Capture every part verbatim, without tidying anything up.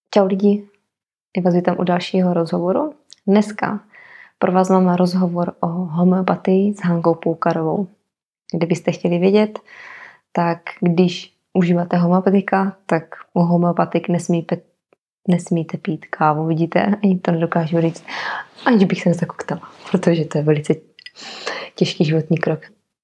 Čau lidi, já vás vítám u dalšího rozhovoru. Dneska pro vás mám rozhovor o homeopatii s Hankou Poukarovou. Kdybyste chtěli vědět, tak když užíváte homeopatika, tak u homeopatik nesmíte, nesmíte pít kávu. Vidíte? Ani to nedokážu říct, aniž bych se nezakoktala, protože to je velice těžký životní krok.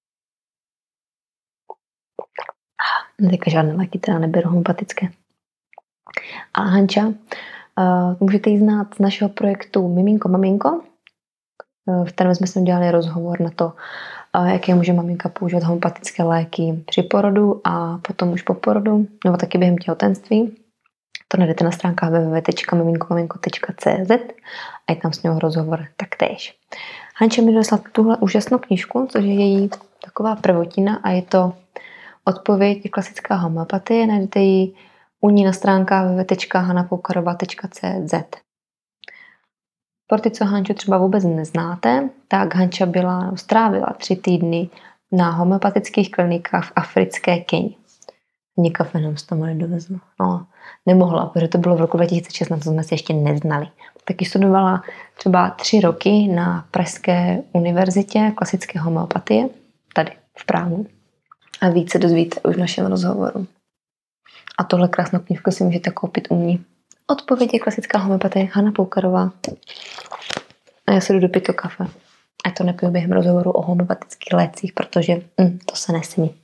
Teďka žádné léky teda neberu homeopatické. A Hanča, uh, můžete ji znát z našeho projektu Miminko Maminko, uh, v kterém jsme si udělali rozhovor na to, uh, jaké může maminka používat homeopatické léky při porodu a potom už po porodu, nebo taky během těhotenství. To najdete na stránkách w w w tečka miminko maminko tečka c z a je tam s něho rozhovor taktéž. Hanča mi donesla tuhle úžasnou knížku, což je její taková prvotina a je to odpověď klasická homeopatie. Najdete ji u ní na stránkách w w w tečka hanna poukarova tečka c z. Pro ty, co Hanču třeba vůbec neznáte, tak Hanča byla, strávila tři týdny na homeopatických klinikách v africké Keni. Ani kafe nám z toho nedovezla. No, nemohla, protože to bylo v roku dva tisíce šestnáct, to jsme se ještě neznali. Taky studovala třeba tři roky na Pražské univerzitě klasické homeopatie, tady v Prahu. A více dozvíte už v našem rozhovoru. A tohle krásnou knížku si můžete koupit u mě. Odpověď je klasická homeopatie Hanna Poukarová. A já si jdu dopít to kafe. A to nepiju během rozhovoru o homeopatických lécích, protože mm, to se nesmí.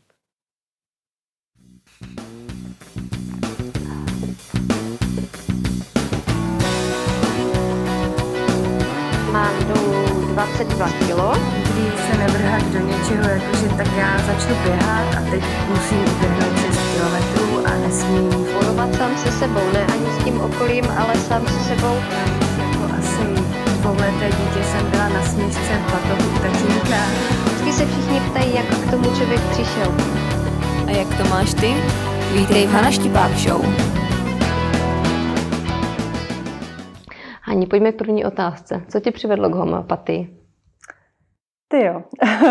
Mám dolů dvacet dva kilo. Když se nevrhat do něčeho, jakože tak já začnu běhat a teď musím uběhnout šest kilometrů a nesmím bojovat sám se sebou, ne ani s tím okolím, ale sám se sebou. Jako asi dvouleté dítě jsem byla na směšce v batohu tatínka. Vždycky se všichni ptají, jak k tomu člověk přišel. A jak to máš ty? Vítej v Hana Štipák Show. Hani, pojďme k první otázce. Co tě přivedlo k homeopatii? Ty jo,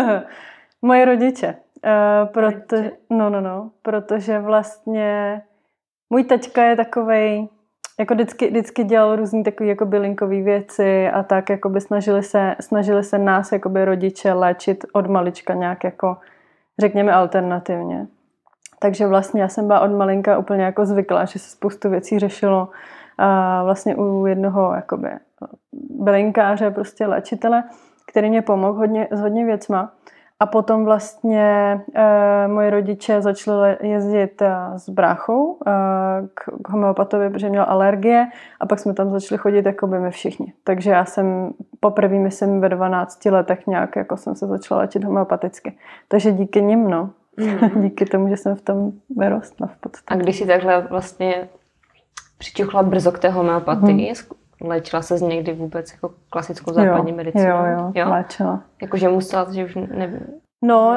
moje rodiče. Uh, proto, no, no, no, protože vlastně můj taťka je takovej, jako vždycky, vždycky dělal různý takový jako bylinkové věci a tak jakoby snažili se, snažili se nás jakoby rodiče léčit od malička nějak jako, řekněme, alternativně. Takže vlastně já jsem byla od malinka úplně jako zvyklá, že se spoustu věcí řešilo a vlastně u jednoho jakoby bylinkáře, prostě léčitele, který mě pomohl hodně, s hodně věcma. A potom vlastně e, moji rodiče začali jezdit e, s bráchou e, k, k homeopatovi, protože měl alergie a pak jsme tam začali chodit jakoby my všichni. Takže já jsem poprvé, myslím, ve dvanácti letech nějak jako jsem se začala léčit homeopaticky. Takže díky nim, no. Mm. Díky tomu, že jsem v tom vyrostla v podstatě. A když jsi takhle vlastně přičuchla brzo k té homeopatii, mm. léčila se z někdy vůbec jako klasickou západní jo, medicínu? Jo, jo, jo, léčila. Jakože musela, že už nevím. No,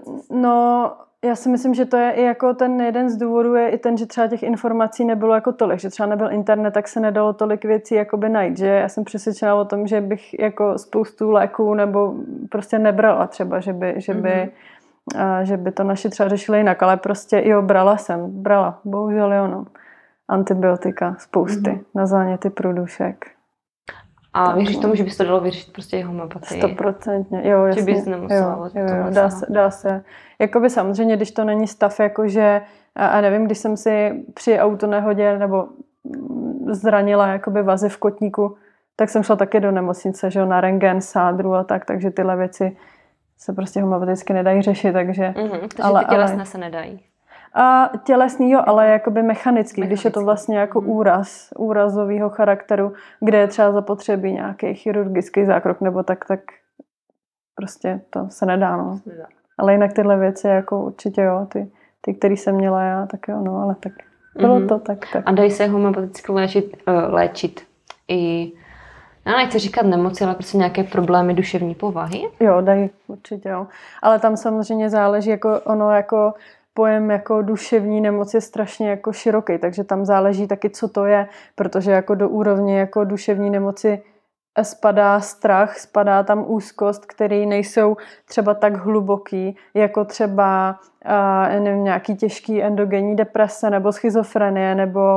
no, já si myslím, že to je i jako ten jeden z důvodů je i ten, že třeba těch informací nebylo jako tolik, že třeba nebyl internet, tak se nedalo tolik věcí jakoby najít, že já jsem přesvědčena o tom, že bych jako spoustu léků nebo prostě nebrala třeba, že by, že by, mm-hmm. a, že by to naši třeba řešili jinak, ale prostě jo, brala jsem, brala, bohužel jo, no. Antibiotika, spousty, mm-hmm. na záněty průdušek. A věříš tomu, že bys to dalo vyřešit prostě homeopatii? Stoprocentně, jo, jasně. Že bys nemusela. Jo, jo, jo, dá se, dá se. Jakoby samozřejmě, když to není stav, jakože, a, a nevím, když jsem si při autonehodě nebo zranila jakoby vazy v kotníku, tak jsem šla taky do nemocnice, že jo, na rentgen, sádru a tak, takže tyhle věci se prostě homeopaticky nedají řešit, takže... Mm-hmm, takže ale, ty tělesné ale, se nedají. A tělesný, jo, ale jakoby mechanický, mechanický, když je to vlastně jako mm. úraz, úrazového charakteru, kde je třeba zapotřebí nějaký chirurgický zákrok, nebo tak, tak prostě to se nedá, no. Nedá. Ale jinak tyhle věci jako určitě jo, ty, ty který jsem měla já, tak jo, no, ale tak bylo mm-hmm. to tak, tak. A dají se homeopaticky léčit, uh, léčit i, já nechci říkat nemoci, ale prostě nějaké problémy duševní povahy? Jo, dají, určitě jo. Ale tam samozřejmě záleží, jako ono jako pojem jako duševní nemoc je strašně jako široký, takže tam záleží taky, co to je, protože jako do úrovně jako duševní nemoci spadá strach, spadá tam úzkost, které nejsou třeba tak hluboký, jako třeba uh, nevím, nějaký těžký endogenní deprese nebo schizofrenie nebo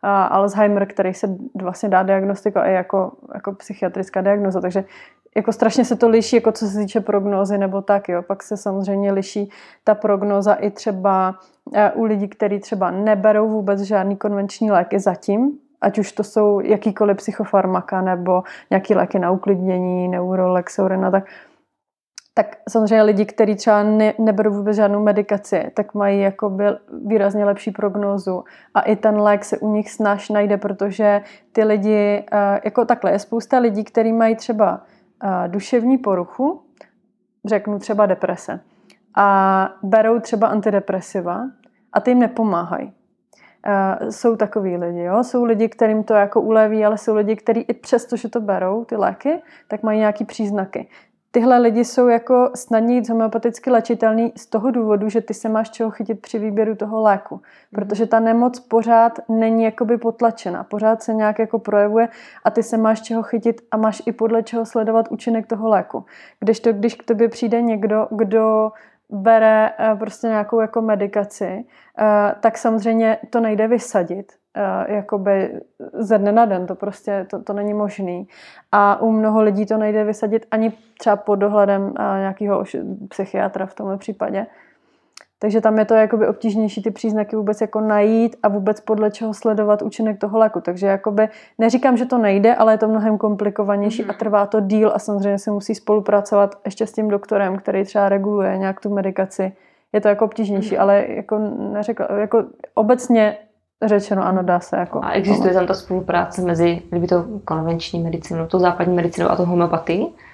Alzheimer, který se vlastně dá diagnostikovat i jako, jako psychiatrická diagnoza, takže jako strašně se to liší, jako co se týče prognózy nebo tak, jo. Pak se samozřejmě liší ta prognóza i třeba u lidí, kteří třeba neberou vůbec žádný konvenční léky zatím, ať už to jsou jakýkoliv psychofarmaka nebo nějaký léky na uklidnění, Neurolexaurin a tak. Tak samozřejmě lidi, kteří třeba ne, neberou vůbec žádnou medikaci, tak mají jakoby výrazně lepší prognózu a i ten lék se u nich snáš najde, protože ty lidi, jako takhle, je spousta lidí, kteří mají třeba duševní poruchu, řeknu třeba deprese, a berou třeba antidepresiva a ty jim nepomáhají. Uh, jsou takový lidi, jo? Jsou lidi, kterým to jako uleví, ale jsou lidi, kteří i přesto, že to berou, ty léky, tak mají nějaký příznaky. Tyhle lidi jsou jako snadněji homeopaticky léčitelný z toho důvodu, že ty se máš čeho chytit při výběru toho léku. Protože ta nemoc pořád není jakoby potlačena, pořád se nějak jako projevuje a ty se máš čeho chytit a máš i podle čeho sledovat účinek toho léku. Když to, když k tobě přijde někdo, kdo bere prostě nějakou jako medikaci, tak samozřejmě to nejde vysadit jakoby ze dne na den, to prostě to, to není možný. A u mnoho lidí to nejde vysadit ani třeba pod dohledem nějakého psychiatra v tomhle případě. Takže tam je to jakoby obtížnější ty příznaky vůbec jako najít a vůbec podle čeho sledovat účinek toho léku. Takže jakoby neříkám, že to nejde, ale je to mnohem komplikovanější mm. a trvá to díl a samozřejmě se musí spolupracovat ještě s tím doktorem, který třeba reguluje nějak tu medikaci. Je to jako obtížnější, mm. ale jako neřekla, jako obecně řečeno, ano, dá se jako. A existuje tam ta spolupráce mezi kdyby to konvenční medicínou, tou západní medicínou a tou homeopatií? Uh,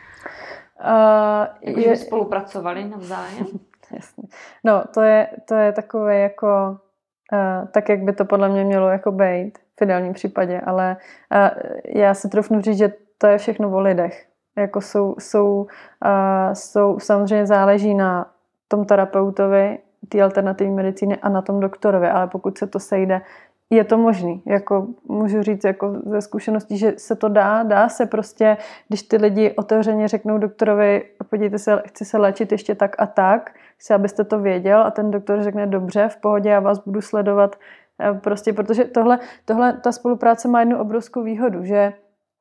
jako, je... spolupracovali navzájem? Jasně. No, to je, to je takové jako uh, tak, jak by to podle mě mělo jako být v ideálním případě, ale uh, já se trofnu říct, že to je všechno o lidech. Jako jsou, jsou, uh, jsou samozřejmě záleží na tom terapeutovi, té alternativní medicíny a na tom doktorovi, ale pokud se to sejde, je to možný. Jako můžu říct jako ze zkušeností, že se to dá, dá se prostě, když ty lidi otevřeně řeknou doktorovi, podívejte se, chci se léčit ještě tak a tak, chci, abyste to věděl a ten doktor řekne dobře, v pohodě, já vás budu sledovat prostě, protože tohle, tohle ta spolupráce má jednu obrovskou výhodu, že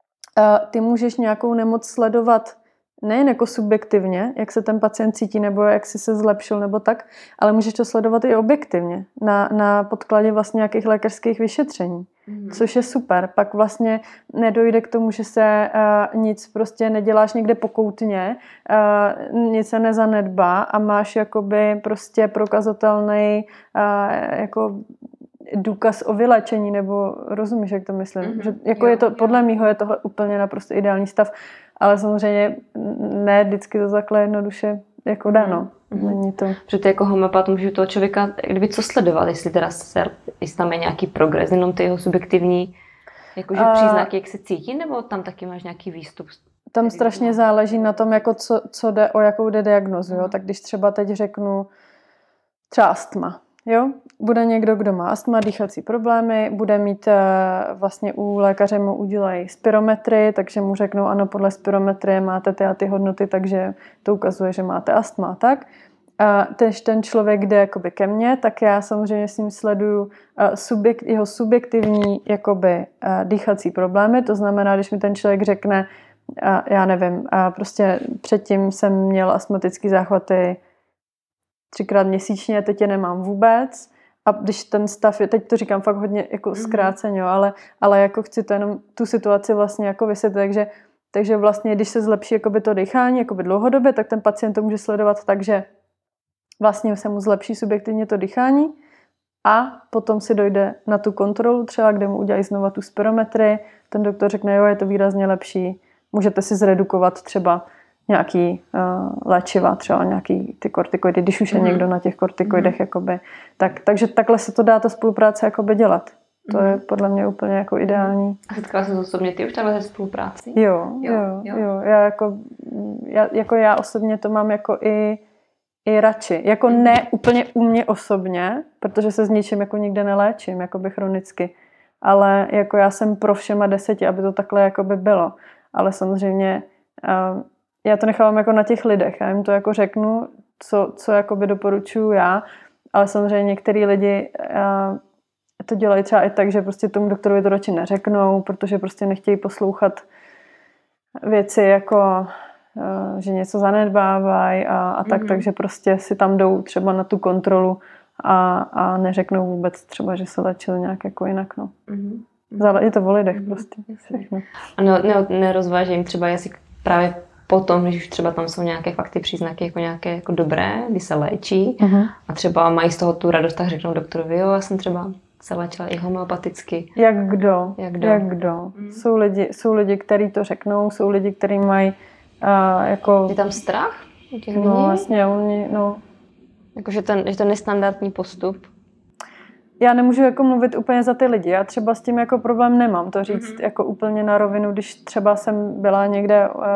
ty můžeš nějakou nemoc sledovat nejen jako subjektivně, jak se ten pacient cítí, nebo jak si se zlepšil, nebo tak, ale můžeš to sledovat i objektivně, na, na podkladě vlastně nějakých lékařských vyšetření, mm. což je super. Pak vlastně nedojde k tomu, že se uh, nic prostě neděláš někde pokoutně, uh, nic se nezanedbá a máš jakoby prostě prokazatelný uh, jako důkaz o vylečení, nebo rozumíš, jak to myslím? Mm-hmm. Že, jako jo, je to, podle mýho je tohle úplně naprosto ideální stav, ale samozřejmě ne vždycky to takhle jednoduše jako dáno. Mm-hmm. Není to. Protože ty jako homeopat můžu toho člověka kdyby co sledovat, jestli teda se, jestli tam je nějaký progres, jenom ty jeho subjektivní jakože uh, příznaky, jak se cítí, nebo tam taky máš nějaký výstup? Tam strašně záleží na tom, jako co, co jde, o jakou jde diagnozu. Mm. Jo? Tak když třeba teď řeknu třeba astma, jo? Bude někdo, kdo má astma, dýchací problémy, bude mít vlastně u lékaře mu udělají spirometry, takže mu řeknou, ano, podle spirometrie máte ty a ty hodnoty, takže to ukazuje, že máte astma. Tak. A tež ten člověk jde jakoby ke mně, tak já samozřejmě s ním sleduju subjekt, jeho subjektivní jakoby dýchací problémy, to znamená, když mi ten člověk řekne, já nevím, prostě předtím jsem měl astmatické záchvaty třikrát měsíčně, teď je nemám vůbec. A když ten stav je, teď to říkám fakt hodně jako zkráceně, ale, ale jako chci to jenom tu situaci vlastně jako vysvětlit, takže, takže vlastně, když se zlepší jakoby to dýchání jakoby dlouhodobě, tak ten pacient to může sledovat tak, že vlastně se mu zlepší subjektivně to dýchání a potom si dojde na tu kontrolu třeba, kde mu udělají znova tu spirometrii, ten doktor řekne, jo, je to výrazně lepší, můžete si zredukovat třeba nějaký uh, léčiva, třeba nějaký ty kortikoidy, když už je mm. někdo na těch kortikoidech, mm. jakoby. Tak, takže takhle se to dá ta spolupráce jakoby dělat. To mm. je podle mě úplně jako ideální. A setkala jsi osobně ty už takhle ze spolupráci? Jo, jo, jo. jo. jo. Já, jako, já, jako já osobně to mám jako i, i radši. Jako mm. ne úplně u mě osobně, protože se s ničím jako nikde neléčím, jakoby chronicky. Ale jako já jsem pro všema deseti, aby to takhle jakoby bylo. Ale samozřejmě uh, já to nechávám jako na těch lidech. Já jim to jako řeknu, co, co jakoby doporučuju já, ale samozřejmě některý lidi uh, to dělají třeba i tak, že prostě tomu doktorovi to radši neřeknou, protože prostě nechtějí poslouchat věci jako, že něco zanedbávají a, a tak, mm-hmm. takže prostě si tam jdou třeba na tu kontrolu a, a neřeknou vůbec třeba, že se léčili nějak jako jinak, no. Mm-hmm. Je to o lidech mm-hmm. prostě. Všechno. A ne, ne, nerozvážím třeba, jestli právě potom, když už třeba tam jsou nějaké fakty, příznaky jako nějaké jako dobré, kdy se léčí mm-hmm. a třeba mají z toho tu radost, tak řeknou doktorovi, jo, já jsem třeba se léčila i homeopaticky. Jak kdo? Jak kdo? Jak kdo? Mm. Jsou lidi, jsou lidi, kteří to řeknou, jsou lidi, kteří mají uh, jako... Je tam strach u těch lidí? No vlastně, oni, no. Jakože ten, že to je nestandardní postup? Já nemůžu jako mluvit úplně za ty lidi. Já třeba s tím jako problém nemám to říct mm-hmm. jako úplně na rovinu, když třeba jsem byla někde... Uh,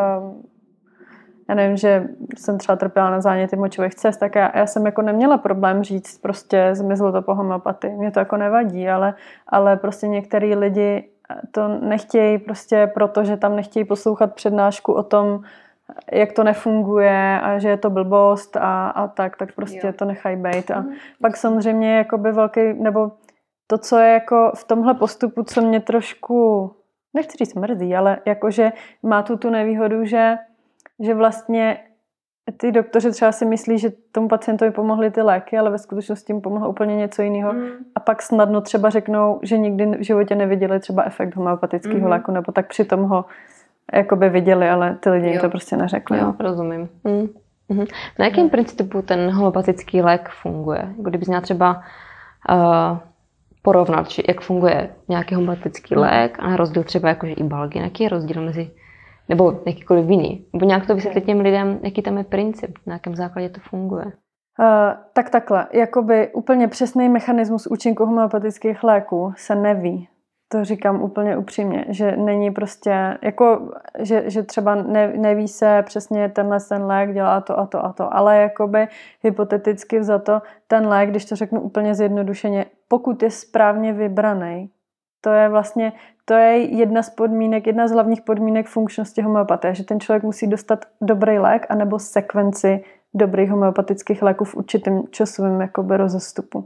já nevím, že jsem třeba trpěla na záněty močových cest, tak já, já jsem jako neměla problém říct, prostě zmizlo to po homeopatii. Mě to jako nevadí, ale, ale prostě některý lidi to nechtějí prostě proto, že tam nechtějí poslouchat přednášku o tom, jak to nefunguje a že je to blbost a, a tak, tak prostě jo. to nechají bejt. A mm. pak samozřejmě jakoby velký, nebo to, co je jako v tomhle postupu, co mě trošku, nechci říct mrzí, ale jakože má tu tu nevýhodu, že že vlastně ty doktoři třeba si myslí, že tomu pacientovi pomohly ty léky, ale ve skutečnosti jim pomohlo úplně něco jiného. Mm. A pak snadno třeba řeknou, že nikdy v životě neviděli třeba efekt homeopatického mm. léku, nebo tak přitom ho jakoby viděli, ale ty lidi jo. jim to prostě neřekli. Jo, rozumím. Mm. Mm. Na jakém mm. principu ten homeopatický lék funguje? Kdybys měla třeba uh, porovnat, jak funguje nějaký homeopatický mm. lék a na rozdíl třeba jakože i Balgin, jaký je rozdíl mezi nebo jakýkoliv jiný. Nebo nějak to vysvětlit těm lidem, jaký tam je princip, na jakém základě to funguje. Uh, tak takhle. Jakoby úplně přesný mechanismus účinku homeopatických léků se neví. To říkám úplně upřímně, že není prostě, jako, že, že třeba ne, neví se přesně tenhle ten lék dělá to a to a to, ale jakoby hypoteticky vzato ten lék, když to řeknu úplně zjednodušeně, pokud je správně vybraný, to je vlastně, to je jedna z podmínek, jedna z hlavních podmínek funkčnosti homeopatie, že ten člověk musí dostat dobrý lék anebo sekvenci dobrých homeopatických léků v určitém časovém jakoby rozestupu.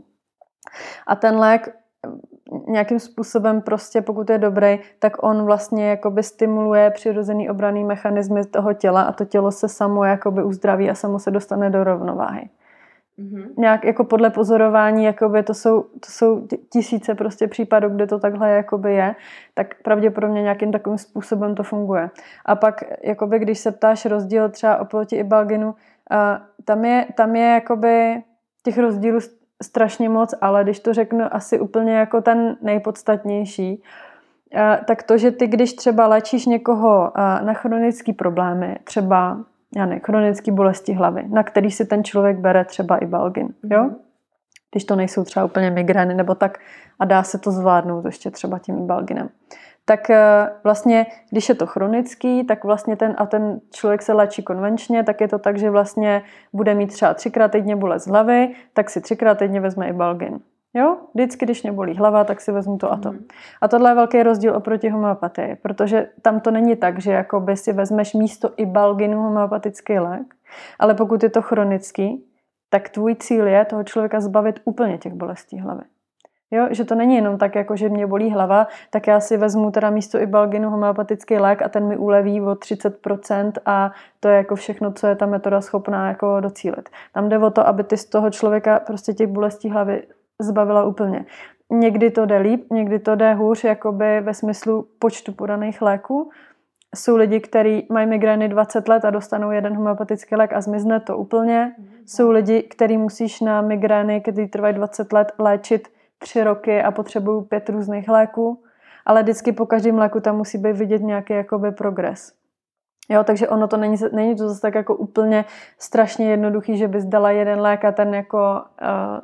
A ten lék nějakým způsobem prostě, pokud je dobrý, tak on vlastně jakoby stimuluje přirozený obranný mechanismy toho těla a to tělo se samo jakoby uzdraví a samo se dostane do rovnováhy. Mm-hmm. Nějak jako podle pozorování, jakoby to jsou, to jsou tisíce prostě případů, kde to takhle jakoby je, tak pravděpodobně nějakým takovým způsobem to funguje. A pak, jakoby, když se ptáš rozdíl třeba oproti Ibalginu, tam je, tam je jakoby těch rozdílů strašně moc, ale když to řeknu asi úplně jako ten nejpodstatnější, tak to, že ty, když třeba léčíš někoho na chronické problémy, třeba já ne, chronické bolesti hlavy, na který si ten člověk bere třeba Ibalgin, jo? Když to nejsou třeba úplně migrény nebo tak a dá se to zvládnout ještě třeba tím Ibalginem. Tak vlastně, když je to chronický, tak vlastně ten, a ten člověk se léčí konvenčně, tak je to tak, že vlastně bude mít třeba třikrát týdně bolest hlavy, tak si třikrát týdně vezme Ibalgin. Jo? Vždycky, když mě bolí hlava, tak si vezmu to a to. A tohle je velký rozdíl oproti homeopatii, protože tam to není tak, že jakoby si vezmeš místo Ibalginu homeopatický lék, ale pokud je to chronický, tak tvůj cíl je toho člověka zbavit úplně těch bolestí hlavy. Jo? Že to není jenom tak, jako že mě bolí hlava, tak já si vezmu teda místo Ibalginu homeopatický lék a ten mi uleví o třicet procent a to je jako všechno, co je ta metoda schopná jako docílit. Tam jde o to, aby ty z toho člověka prostě těch bolestí hlavy zbavila úplně. Někdy to jde líp, někdy to jde hůř, jakoby ve smyslu počtu podaných léků. Jsou lidi, kteří mají migrény dvacet let a dostanou jeden homeopatický lék a zmizne to úplně. Jsou lidi, kteří musíš na migrény, který trvají dvacet let, léčit tři roky a potřebují pět různých léků. Ale vždycky po každém léku tam musí být vidět nějaký jakoby progres. Jo, takže ono to není, není to zase tak jako úplně strašně jednoduchý, že bys dala jeden lék a ten jako uh,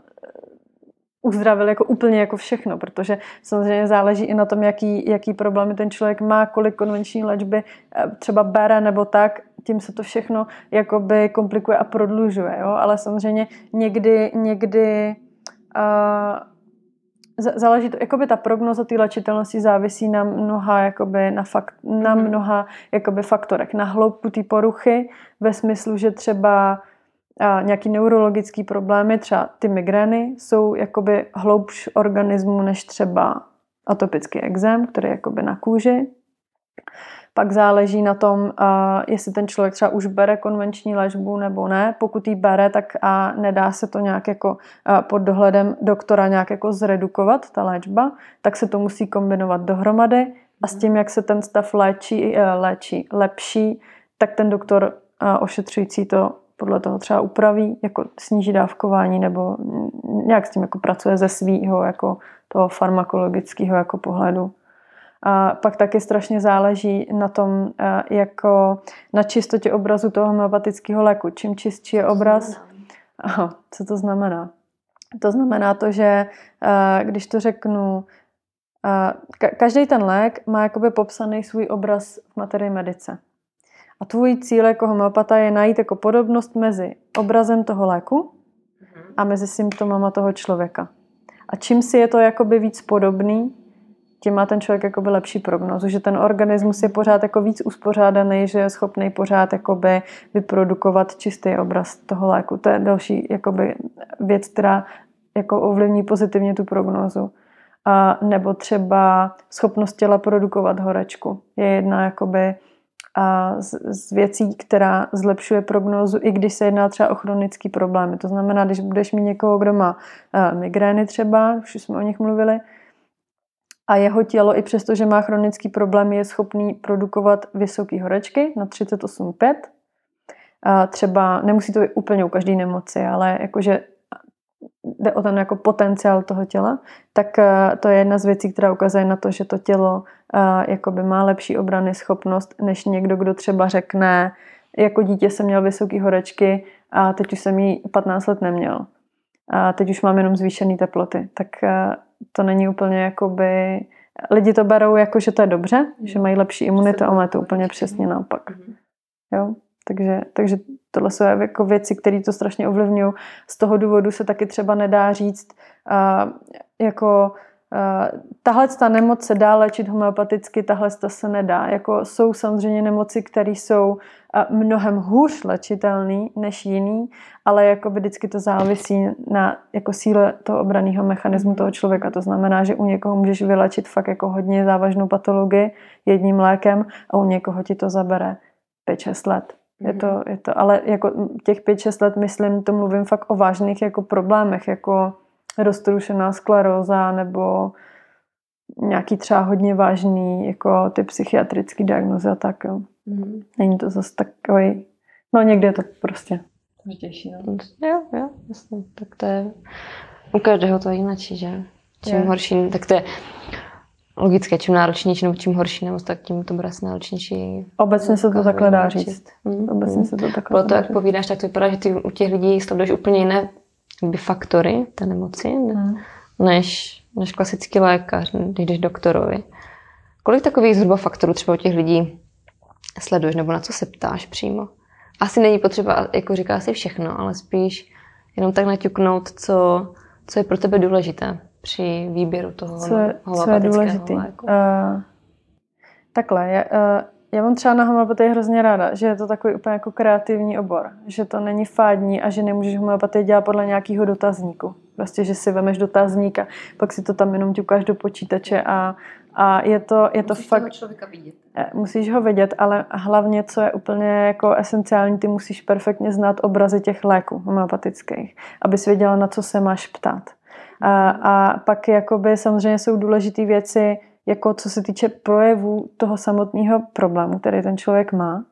uzdravil jako úplně jako všechno, protože samozřejmě záleží i na tom, jaký, jaký problémy ten člověk má, kolik konvenční léčby třeba bere nebo tak, tím se to všechno jakoby komplikuje a prodlužuje, jo? Ale samozřejmě někdy, někdy uh, záleží to, jakoby ta prognoza té léčitelnosti závisí na mnoha, jakoby na, fakt, na mnoha jakoby faktorech, na hloubku té poruchy, ve smyslu, že třeba a nějaký neurologický problémy, třeba ty migrény, jsou jakoby hloubš organismu než třeba atopický ekzém, který je jakoby na kůži. Pak záleží na tom, jestli ten člověk třeba už bere konvenční léčbu nebo ne. Pokud ji bere, tak a nedá se to nějak jako pod dohledem doktora nějak jako zredukovat, ta léčba, tak se to musí kombinovat dohromady a s tím, jak se ten stav léčí, léčí lepší, tak ten doktor ošetřující to podle toho třeba upraví, jako sníží dávkování nebo nějak s tím jako pracuje ze svýho jako toho farmakologického jako pohledu. A pak taky strašně záleží na tom, jako na čistotě obrazu toho homeopatického léku. Čím čistší je obraz... Aha, co to znamená? To znamená to, že když to řeknu, každý ten lék má jakoby popsaný svůj obraz v materii medice. A tvůj cíl jako homeopata je najít jako podobnost mezi obrazem toho léku a mezi symptomama toho člověka. A čím si je to jakoby víc podobný, tím má ten člověk jakoby lepší prognózu, že ten organismus je pořád jako víc uspořádaný, že je schopný pořád jakoby vyprodukovat čistý obraz toho léku. To je další jakoby věc, která jako ovlivní pozitivně tu prognózu. A nebo třeba schopnost těla produkovat horečku. Je jedna jakoby a z, z věcí, která zlepšuje prognózu, i když se jedná třeba o chronické problémy. To znamená, když budeš mít někoho, kdo má uh, migrény třeba, už jsme o nich mluvili, a jeho tělo i přesto, že má chronický problém, je schopný produkovat vysoké horečky na třicet osm celá pět. A třeba, nemusí to být úplně u každé nemoci, ale jakože jde o ten jako potenciál toho těla, tak to je jedna z věcí, která ukazuje na to, že to tělo jakoby má lepší obrany schopnost, než někdo, kdo třeba řekne, jako dítě jsem měl vysoké horečky a teď už jsem jí patnáct let neměl. A teď už mám jenom zvýšené teploty. Tak to není úplně jakoby... Lidi to berou jako, že to je dobře, že mají lepší imunitu, ale je to úplně přesně naopak. Jo? Takže, takže tohle jsou jako věci, které to strašně ovlivňují. Z toho důvodu se taky třeba nedá říct, uh, jako uh, tahle ta nemoc se dá léčit homeopaticky, tahle ta se nedá. Jako jsou samozřejmě nemoci, které jsou uh, mnohem hůř léčitelné než jiný, ale jako vždycky to závisí na jako síle toho obranného mechanismu toho člověka. To znamená, že u někoho můžeš vylečit fakt jako hodně závažnou patologii jedním lékem a u někoho ti to zabere pět šest let. Je to, je to, ale jako těch pět šest let, myslím, to mluvím fakt o vážných jako problémech, jako roztroušená skleróza nebo nějaký třeba hodně vážný, jako ty psychiatrické diagnózy a tak, jo. Mm. Není to zase takový, no někdy je to prostě těžší, no. Jo, jo, jasně, tak to je, u každého to je jináčí, že? Čím je. horší, tak to je logické, čím náročnější nebo čím horší nemoc, tak tím to bude asi náročnější. Obecně se to takhle dá říct. Mm. Obecně se to takhle Proto, jak povídáš, tak to vypadá, že ty u těch lidí sleduješ úplně jiné faktory té nemoci, mm. než, než klasický lékař, když jdeš doktorovi. Kolik takových zhruba faktorů třeba u těch lidí sleduješ, nebo na co se ptáš přímo? Asi není potřeba, jako říká si všechno, ale spíš jenom tak naťuknout, co, co je pro tebe důležité při výběru toho homeopatického léku. Uh, takhle, já, uh, já mám třeba na homeopatii hrozně ráda, že je to takový úplně jako kreativní obor, že to není fádní a že nemůžeš homeopatii dělat podle nějakého dotazníku. Prostě, že si vemeš dotazník a pak si to tam jenom ťukáš do počítače a, a je to, je to musíš fakt... Musíš toho člověka vidět. Musíš ho vidět, ale hlavně, co je úplně jako esenciální, ty musíš perfektně znát obrazy těch léků homeopatických, abys věděla, na co se máš ptát. A, a pak jakoby samozřejmě jsou důležité věci, jako co se týče projevů toho samotného problému, který ten člověk má.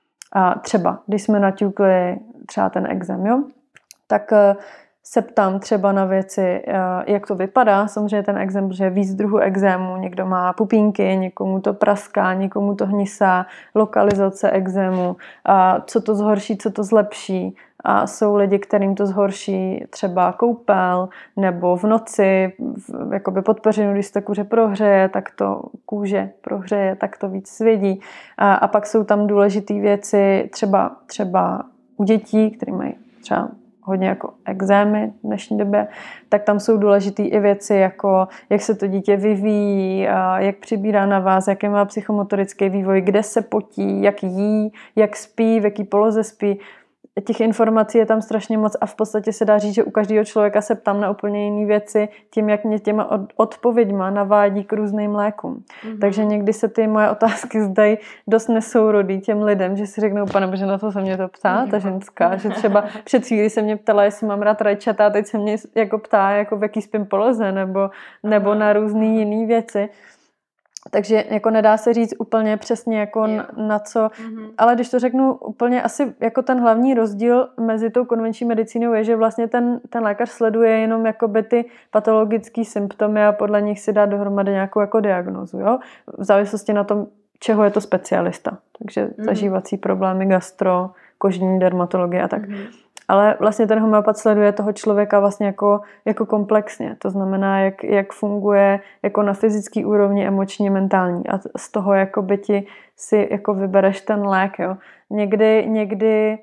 A třeba, když jsme naťukli třeba ten ekzém, jo, tak se ptám třeba na věci, jak to vypadá. Samozřejmě ten ekzém, protože je víc druhů ekzému. Někdo má pupínky, někomu to praská, někomu to hnisá, lokalizace ekzému, a co to zhorší, co to zlepší. A jsou lidi, kterým to zhorší třeba koupel, nebo v noci, v, jakoby pod peřinu, když se ta kůže prohřeje, tak to kůže prohřeje, tak to víc svědí. A, a pak jsou tam důležité věci, třeba, třeba u dětí, které mají třeba hodně jako ekzémy v dnešní době, tak tam jsou důležité i věci, jako jak se to dítě vyvíjí, jak přibírá na vás, jaký má psychomotorický vývoj, kde se potí, jak jí, jak spí, v jaký poloze spí. těch informací je tam strašně moc a v podstatě se dá říct, že u každého člověka se ptám na úplně jiné věci tím, jak mě těma odpověďma navádí k různým lékům. Mm-hmm. Takže někdy se ty moje otázky zdají dost nesourodý těm lidem, že si řeknou, pane bože, na to se mě to ptá, ta ženská, že třeba před chvíli se mě ptala, jestli mám rád rajčata, a teď se mě jako ptá, jako v jaký spím poloze, nebo, nebo na různé jiné věci. Takže jako nedá se říct úplně přesně jako na, na co, mm-hmm. ale když to řeknu úplně asi jako ten hlavní rozdíl mezi tou konvenční medicínou je, že vlastně ten, ten lékař sleduje jenom jakoby ty patologické symptomy a podle nich si dá dohromady nějakou jako diagnózu, jo? V závislosti na tom, čeho je to specialista. Takže mm-hmm. zažívací problémy, gastro, kožní dermatologie a tak. Mm-hmm. Ale vlastně ten homeopat sleduje toho člověka vlastně jako, jako komplexně. To znamená, jak, jak funguje jako na fyzický úrovni, emoční, mentální. A z toho jakoby ti si jako vybereš ten lék. Jo. Někdy, někdy,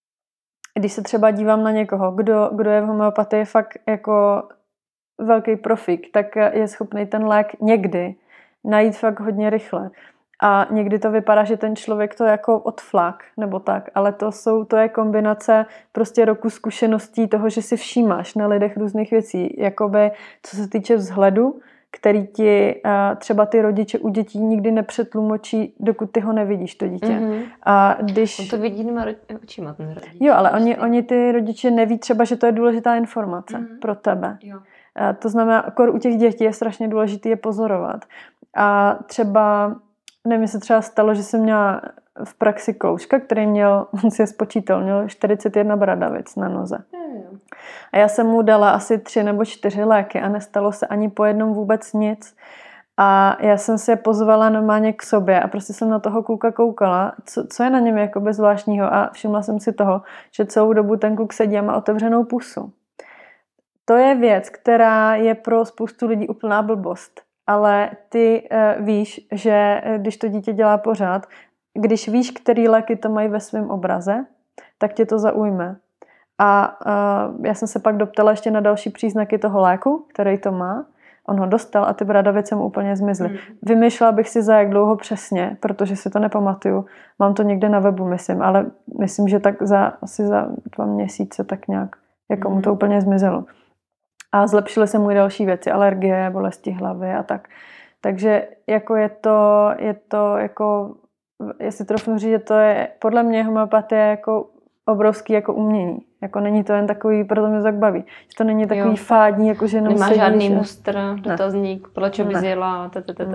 když se třeba dívám na někoho, kdo, kdo je v homeopatii fakt jako velký profík, tak je schopný ten lék někdy najít fakt hodně rychle. A někdy to vypadá, že ten člověk to jako odflak, nebo tak, ale to jsou, to je kombinace prostě roku zkušeností toho, že si všímáš na lidech různých věcí, jakoby co se týče vzhledu, který ti třeba ty rodiče u dětí nikdy nepřetlumočí, dokud ty ho nevidíš, to dítě. Mm-hmm. A když... On to vidí dvěma očima, ten rodič. Jo, ale oni, oni ty rodiče neví třeba, že to je důležitá informace mm-hmm. pro tebe. Jo. A to znamená, akor u těch dětí je strašně důležité je pozorovat. A třeba nevím, se třeba stalo, že jsem měla v praxi kloužka, který měl, on si je spočítal, měl čtyřicet jedna bradavic na noze. A já jsem mu dala asi tři nebo čtyři léky a nestalo se ani po jednom vůbec nic. A já jsem se pozvala normálně k sobě a prostě jsem na toho kluka koukala, co, co je na něm jakoby zvláštního a všimla jsem si toho, že celou dobu ten kluk sedí a má otevřenou pusu. To je věc, která je pro spoustu lidí úplná blbost. Ale ty uh, víš, že když to dítě dělá pořád, když víš, který léky to mají ve svém obraze, tak tě to zaujme. A uh, já jsem se pak doptala ještě na další příznaky toho léku, který to má. On ho dostal a ty bradavice mu úplně zmizly. Mm. Vymýšlela bych si za jak dlouho přesně, protože si to nepamatuju. Mám to někde na webu, myslím, ale myslím, že tak za, asi za dva měsíce tak nějak, jako mm. mu to úplně zmizelo. A zlepšily se můj další věci, alergie, bolesti hlavy a tak. Takže jako je to, je to jako, jestli trofnu říct, že to je, podle mě homeopatie jako obrovský jako umění. Jako není to jen takový, proto mě to tak baví. Že to není takový jo. fádní, jako že jenom nemá sedíš, žádný že... mustr, dotazník, podle čeho bys jela,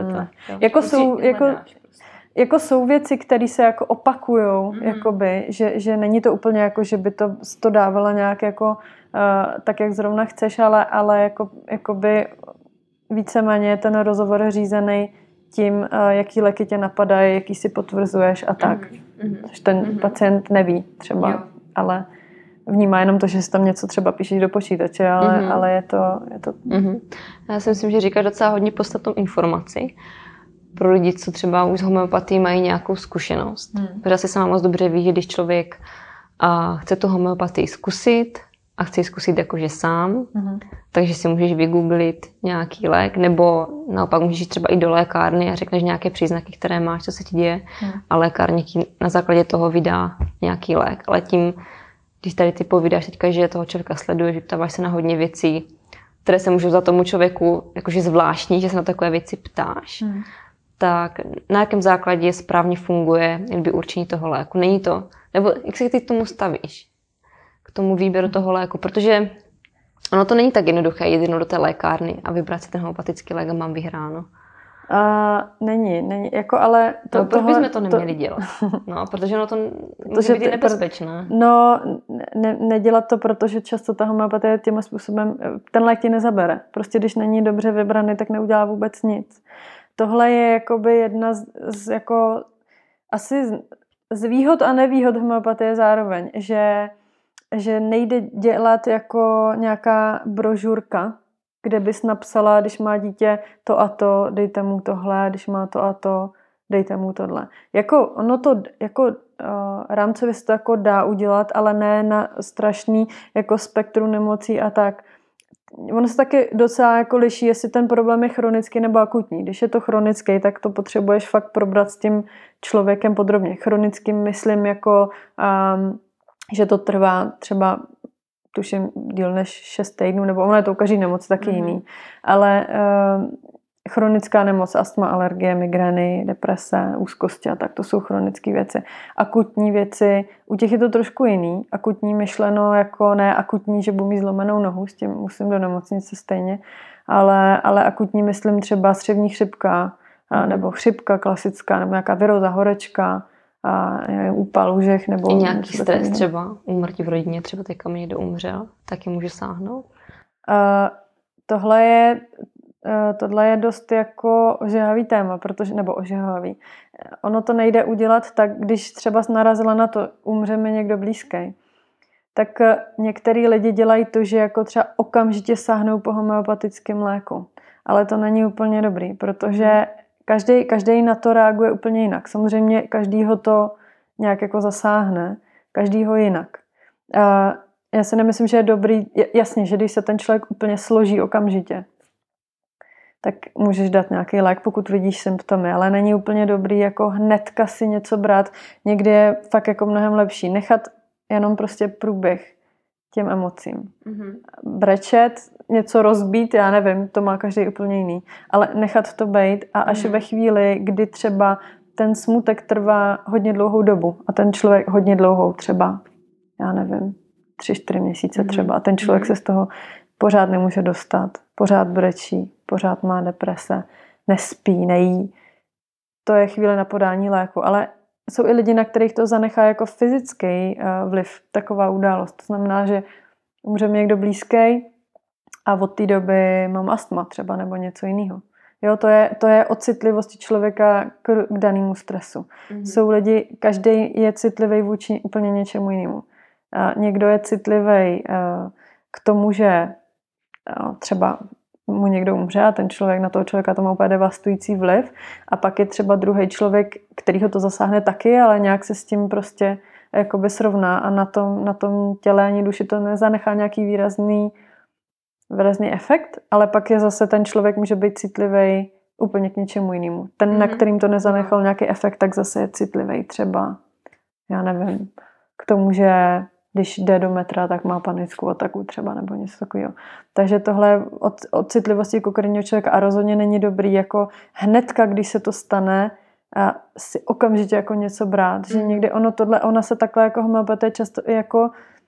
Jako jsou, jako, jako jsou věci, které se jako opakujou, mm. jakoby, že, že není to úplně jako, že by to, to dávala nějak jako Uh, tak, jak zrovna chceš, ale, ale jako, jakoby víceméně je ten rozhovor řízený tím, uh, jaký léky tě napadají, jaký si potvrzuješ a tak. Mm-hmm. Což ten mm-hmm. pacient neví třeba, jo. ale vnímá jenom to, že si tam něco třeba píšeš do počítače, ale, mm-hmm. ale je to... Je to... Mm-hmm. Já si myslím, že říkáš docela hodně podstatnou informaci pro lidi, co třeba už s homeopatií mají nějakou zkušenost. Mm. Protože asi sama moc dobře ví, že když člověk uh, chce tu homeopatii zkusit, a chci zkusit jakože sám, mm-hmm. takže si můžeš vygooglit nějaký lék, nebo naopak můžeš jít třeba i do lékárny a řekneš nějaké příznaky, které máš, co se ti děje, mm. a lékárník na základě toho vydá nějaký lék. Ale tím, když tady ty povídáš teďka, že toho člověka sleduješ, vyptáváš se na hodně věcí, které se můžou za tomu člověku jakože zvláštní, že se na takové věci ptáš, mm. tak na jakém základě správně funguje by určení toho léku. Není to, nebo jak se ty k tomu stavíš? K tomu výběru toho léku, protože ono to není tak jednoduché jít jednou do té lékárny a vybrat si ten homeopatický lék a mám vyhráno. Uh, není, není, jako ale... To, no, proč bychom to neměli to... dělat? No, protože ono to může být nebezpečné. No, ne, nedělat to, protože často ta homeopatie tím způsobem, ten lék ti nezabere. Prostě když není dobře vybraný, tak neudělá vůbec nic. Tohle je jakoby jedna z, z jako asi z, z výhod a nevýhod homeopatie zároveň, že že nejde dělat jako nějaká brožurka, kde bys napsala, když má dítě to a to, dejte mu tohle, když má to a to, dejte mu tohle. Jako ono to jako uh, rámcově se to jako dá udělat, ale ne na strašný jako spektrum nemocí a tak. Ono se taky docela jako liší, jestli ten problém je chronický nebo akutní. Když je to chronický, tak to potřebuješ fakt probrat s tím člověkem podrobně. Chronickým myslím jako um, že to trvá třeba tuším díl než šest týdnů, nebo ono je to u každý nemoc taky mm. jiný. Ale uh, chronická nemoc, astma, alergie, migrény, deprese, úzkosti a tak, to jsou chronické věci. Akutní věci, u těch je to trošku jiný. Akutní myšleno jako ne akutní, že budu mít zlomenou nohu, s tím musím do nemocnice stejně, ale, ale akutní myslím třeba střevní chřipka, a, nebo chřipka klasická, nebo nějaká viróza, horečka, a úpal lůžech, nebo... I nějaký stres takový, třeba, úmrtí v rodině, třeba teďka mi někdo umřel, taky může sáhnout? Uh, tohle je Tohle je dost jako ožehavý téma, protože, nebo ožehavý. Ono to nejde udělat tak, když třeba narazila na to, umře mi někdo blízký. Tak některý lidi dělají to, že jako třeba okamžitě sáhnou po homeopatickém léku. Ale to není úplně dobrý, protože každý, každý na to reaguje úplně jinak. Samozřejmě každýho to nějak jako zasáhne, každýho jinak. A já si nemyslím, že je dobrý, jasně, že když se ten člověk úplně složí okamžitě, tak můžeš dát nějaký lék, pokud vidíš symptomy, ale není úplně dobrý jako hnedka si něco brát. Někdy je fakt jako mnohem lepší nechat jenom prostě průběh těm emocím. Mm-hmm. Brečet, něco rozbít, já nevím, to má každý úplně jiný, ale nechat to bejt a až mm-hmm. ve chvíli, kdy třeba ten smutek trvá hodně dlouhou dobu a ten člověk hodně dlouhou, třeba, já nevím, tři, čtyři měsíce mm-hmm. třeba a ten člověk mm-hmm. se z toho pořád nemůže dostat, pořád brečí, pořád má deprese, nespí, nejí. To je chvíle na podání léku, ale jsou i lidi, na kterých to zanechá jako fyzický vliv, taková událost. To znamená, že umře mi někdo blízký a od té doby mám astma třeba nebo něco jiného. Jo, to je, to je o citlivosti člověka k, k danému stresu. Mm-hmm. Jsou lidi, každý je citlivý vůči úplně něčemu jinému. Někdo je citlivý k tomu, že třeba mu někdo umře a ten člověk na toho člověka to má úplně devastující vliv a pak je třeba druhý člověk, kterýho to zasáhne taky, ale nějak se s tím prostě jakoby srovná a na tom, na tom těle ani duši to nezanechá nějaký výrazný, výrazný efekt, ale pak je zase ten člověk může být citlivý úplně k něčemu jinému. Ten, mm-hmm. na kterým to nezanechal nějaký efekt, tak zase je citlivý třeba, já nevím, k tomu, že když jde do metra, tak má panickou ataku třeba nebo něco takového. Takže tohle od, od citlivosti konkrétního člověka a rozhodně není dobrý jako hnedka, když se to stane, a si okamžitě jako něco brát. Mm. Že někdy ono tohle, ona se takhle jako homeopatie často i jako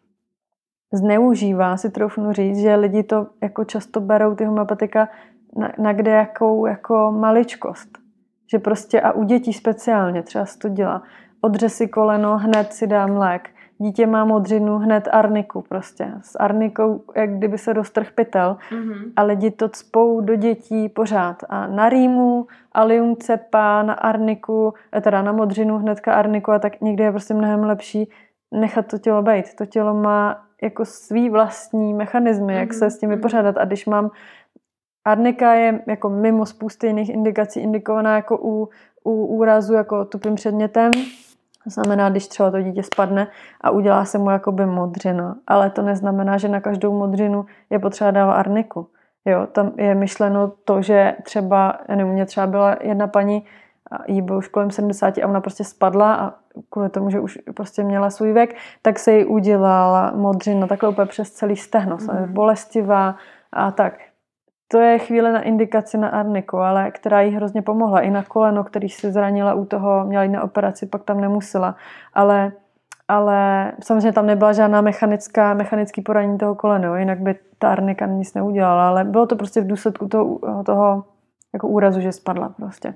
zneužívá, si troufnu říct, že lidi to jako často berou ty homeopatika na, na kde jakou jako maličkost. Že prostě a u dětí speciálně třeba se to dělá. Odře si koleno, hned si dám lék. Dítě má modřinu, hned arniku prostě. S arnikou, jak kdyby se roztrhl pytel. Mm-hmm. A lidi to cpou do dětí pořád. A na rýmu, alium cepa, na arniku, teda na modřinu, hnedka arniku a tak někdy je prostě mnohem lepší nechat to tělo bejt. To tělo má jako svý vlastní mechanismy, jak mm-hmm. se s tím vypořádat. A když mám arnika je jako mimo spousty jiných indikací indikovaná jako u, u úrazu jako tupým předmětem. To znamená, když třeba to dítě spadne a udělá se mu jakoby modřina. Ale to neznamená, že na každou modřinu je potřeba dávat arniku. Jo, tam je myšleno to, že třeba, já nevím, mě třeba byla jedna paní, jí bylo už kolem sedmdesáti a ona prostě spadla a kvůli tomu, že už prostě měla svůj věk, tak se jí udělala modřina takhle úplně přes celý stehno. Mm. Bolestivá a tak. To je chvíle na indikaci na arniku, ale která jí hrozně pomohla. I na koleno, který si zranila u toho, měla jít na operaci, pak tam nemusela. Ale, ale samozřejmě tam nebyla žádná mechanická, mechanický poranění toho koleno, jinak by ta arnika nic neudělala. Ale bylo to prostě v důsledku toho, toho jako úrazu, že spadla prostě.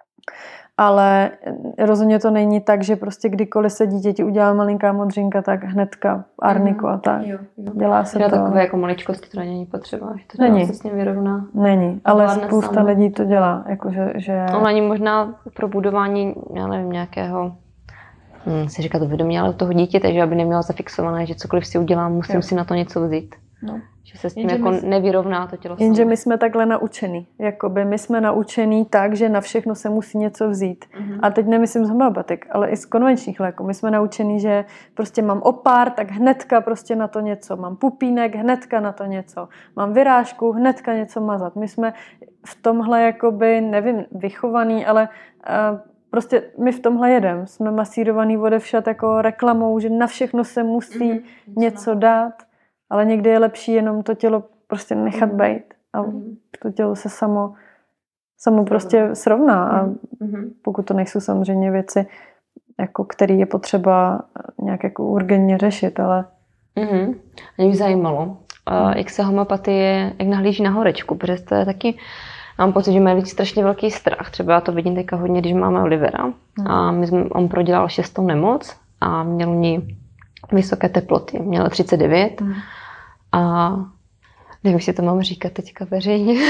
Ale rozhodně to není tak, že prostě kdykoliv se dítěti udělá malinká modřinka, tak hnedka arniku a tak. Jo, jo. Dělá se to. Takové jako maličkosti to není potřeba, že to není. Se s ním vyrovná. Není, ale spousta sama. lidí to dělá. Jako že, že... Ale ani možná pro budování, já nevím, nějakého, hm, si říká to vědomě, ale u toho dítěte, že aby nemělo zafixované, že cokoliv si udělám, musím jo. si na to něco vzít. No. Že se s tím jako my... nevyrovná to tělo. Jenže my jsme takhle naučený. Jakoby my jsme naučený tak, že na všechno se musí něco vzít. Mm-hmm. A teď nemyslím z homeopatik, ale i z konvenčních léků. My jsme naučený, že prostě mám opár, tak hnedka prostě na to něco. Mám pupínek, hnedka na to něco. Mám vyrážku, hnedka něco mazat. My jsme v tomhle jakoby, nevím, vychovaný, ale uh, prostě my v tomhle jedem. Jsme masírovaný odevšad jako reklamou, že na všechno se musí mm, něco dát, ale někdy je lepší jenom to tělo prostě nechat mm. být a mm. to tělo se samo, samo prostě srovná a mm. pokud to nejsou samozřejmě věci, jako který je potřeba nějak jako urgentně řešit, ale... Mm-hmm. Mě by zajímalo, uh, jak se homeopatie, jak nahlíží na horečku, protože to je taky, mám pocit, že mají lidi strašně velký strach. Třeba já to vidím teďka hodně, když máme Olivera mm. a my jsme, on prodělal šestou nemoc a měl u ní vysoké teploty, měl třicet devět mm. a nevím, jestli to mám říkat teďka veřejně, uh,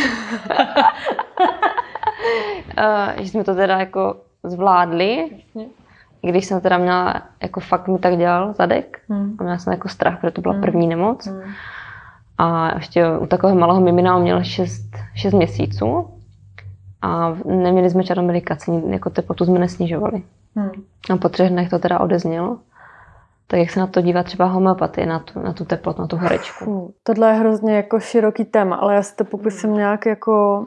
že jsme to teda jako zvládli. I když jsem teda měla, jako fakt mi tak dělal zadek hmm. a měla jsem jako strach, protože to byla první nemoc. Hmm. A ještě u takového malého mimina on měl šest měsíců a neměli jsme žádnou medikaci, jako teplotu jsme nesnižovali. Hmm. A po třech dnech to teda odeznělo. Tak jak se na to dívá třeba homeopatie, na tu, na tu teplotu, na tu horečku? Fuh, tohle je hrozně jako široký téma, ale já si to pokusím hmm. nějak jako...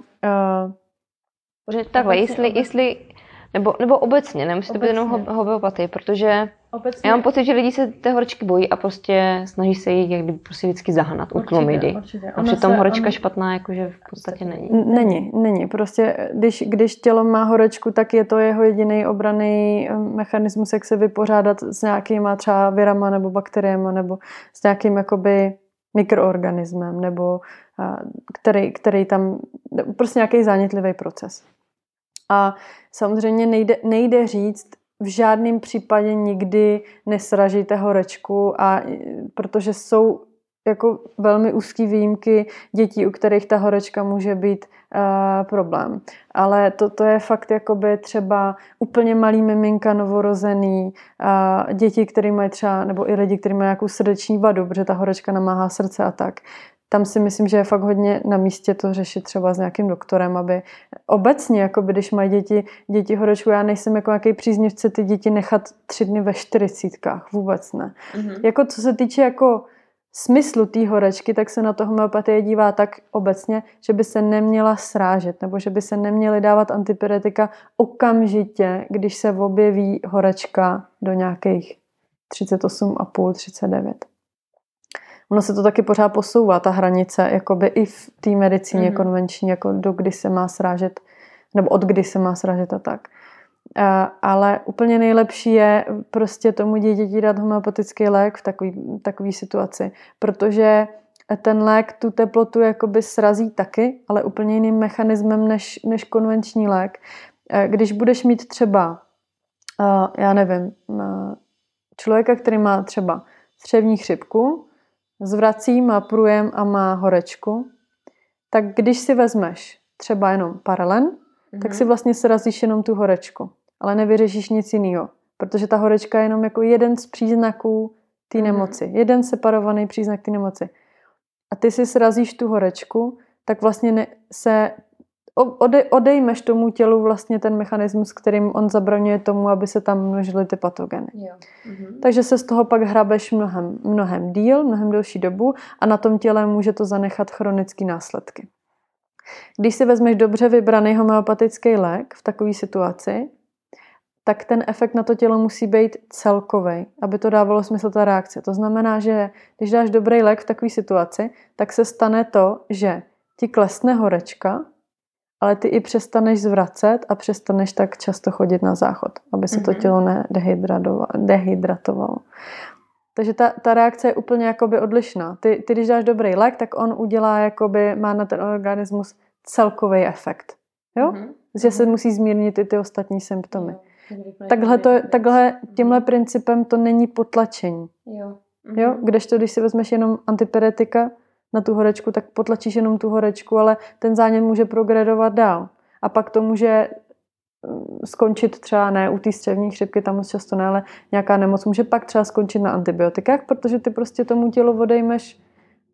Uh, takhle, jestli... jestli Nebo, nebo obecně, nemusí to být jenom homeopatie, protože obecně. Já mám pocit, že lidi se té horečky bojí a prostě snaží se jí jak kdyby prostě vždycky zahnat, utlumit ji. A přitom horečka on... špatná jakože v podstatě není. Není, není. Prostě když, když tělo má horečku, tak je to jeho jediný obranný mechanismus, jak se vypořádat s nějakýma třeba virama nebo bakteriemi nebo s nějakým jakoby mikroorganismem nebo který, který tam, prostě nějaký zánětlivý proces. A samozřejmě nejde, nejde říct, v žádném případě nikdy nesražíte horečku, a, protože jsou jako velmi úzký výjimky dětí, u kterých ta horečka může být uh, problém. Ale to, to je fakt jakoby třeba úplně malý miminka, novorozený, uh, děti, které mají třeba, nebo i lidi, kteří mají nějakou srdeční vadu, protože ta horečka namáhá srdce a tak. Tam si myslím, že je fakt hodně na místě to řešit třeba s nějakým doktorem, aby obecně, jakoby, když mají děti, děti horečku, já nejsem jako nějaký příznivce ty děti nechat tři dny ve čtyřicítkách, vůbec ne. Mm-hmm. Jako co se týče jako smyslu té horečky, tak se na to homeopatie dívá tak obecně, že by se neměla srážet, nebo že by se neměly dávat antipyretika okamžitě, když se objeví horečka do nějakých třicet osm a půl, třicet devět. Ono se to taky pořád posouvá, ta hranice, jakoby i v té medicíně mm-hmm. konvenční, jako do kdy se má srážet, nebo od kdy se má srážet a tak. A, ale úplně nejlepší je prostě tomu dítěti dát homeopatický lék v takový, takový situaci, protože ten lék tu teplotu jakoby srazí taky, ale úplně jiným mechanismem než, než konvenční lék. Když budeš mít třeba, já nevím, člověka, který má třeba střevní chřipku, zvrací, má průjem a má horečku, tak když si vezmeš třeba jenom Paralen, mm-hmm. tak si vlastně srazíš jenom tu horečku, ale nevyřešíš nic jiného, protože ta horečka je jenom jako jeden z příznaků té mm-hmm. nemoci, jeden separovaný příznak té nemoci. A ty si srazíš tu horečku, tak vlastně ne, se ode, odejmeš tomu tělu vlastně ten mechanismus, kterým on zabraňuje tomu, aby se tam množily ty patogeny. Jo. Mhm. Takže se z toho pak hrabeš mnohem, mnohem díl, mnohem delší dobu a na tom těle může to zanechat chronické následky. Když si vezmeš dobře vybraný homeopatický lék v takové situaci, tak ten efekt na to tělo musí být celkový, aby to dávalo smysl ta reakce. To znamená, že když dáš dobrý lék v takové situaci, tak se stane to, že ti klesne horečka, ale ty i přestaneš zvracet a přestaneš tak často chodit na záchod, aby se to tělo nedehydratovalo. Takže ta, ta reakce je úplně jakoby odlišná. Ty, ty, když dáš dobrý lék, tak on udělá, jakoby, má na ten organismus celkový efekt. Jo? Mm-hmm. Že se musí zmírnit i ty ostatní symptomy. Takhle, to, takhle tímhle principem to není potlačení. Jo. Mm-hmm. Jo? Kdežto, když si vezmeš jenom antipyretika na tu horečku, tak potlačíš jenom tu horečku, ale ten zánět může progredovat dál. A pak to může skončit třeba ne u té střevní chřipky, tam moc často ne, ale nějaká nemoc může pak třeba skončit na antibiotikách, protože ty prostě tomu tělu odejmeš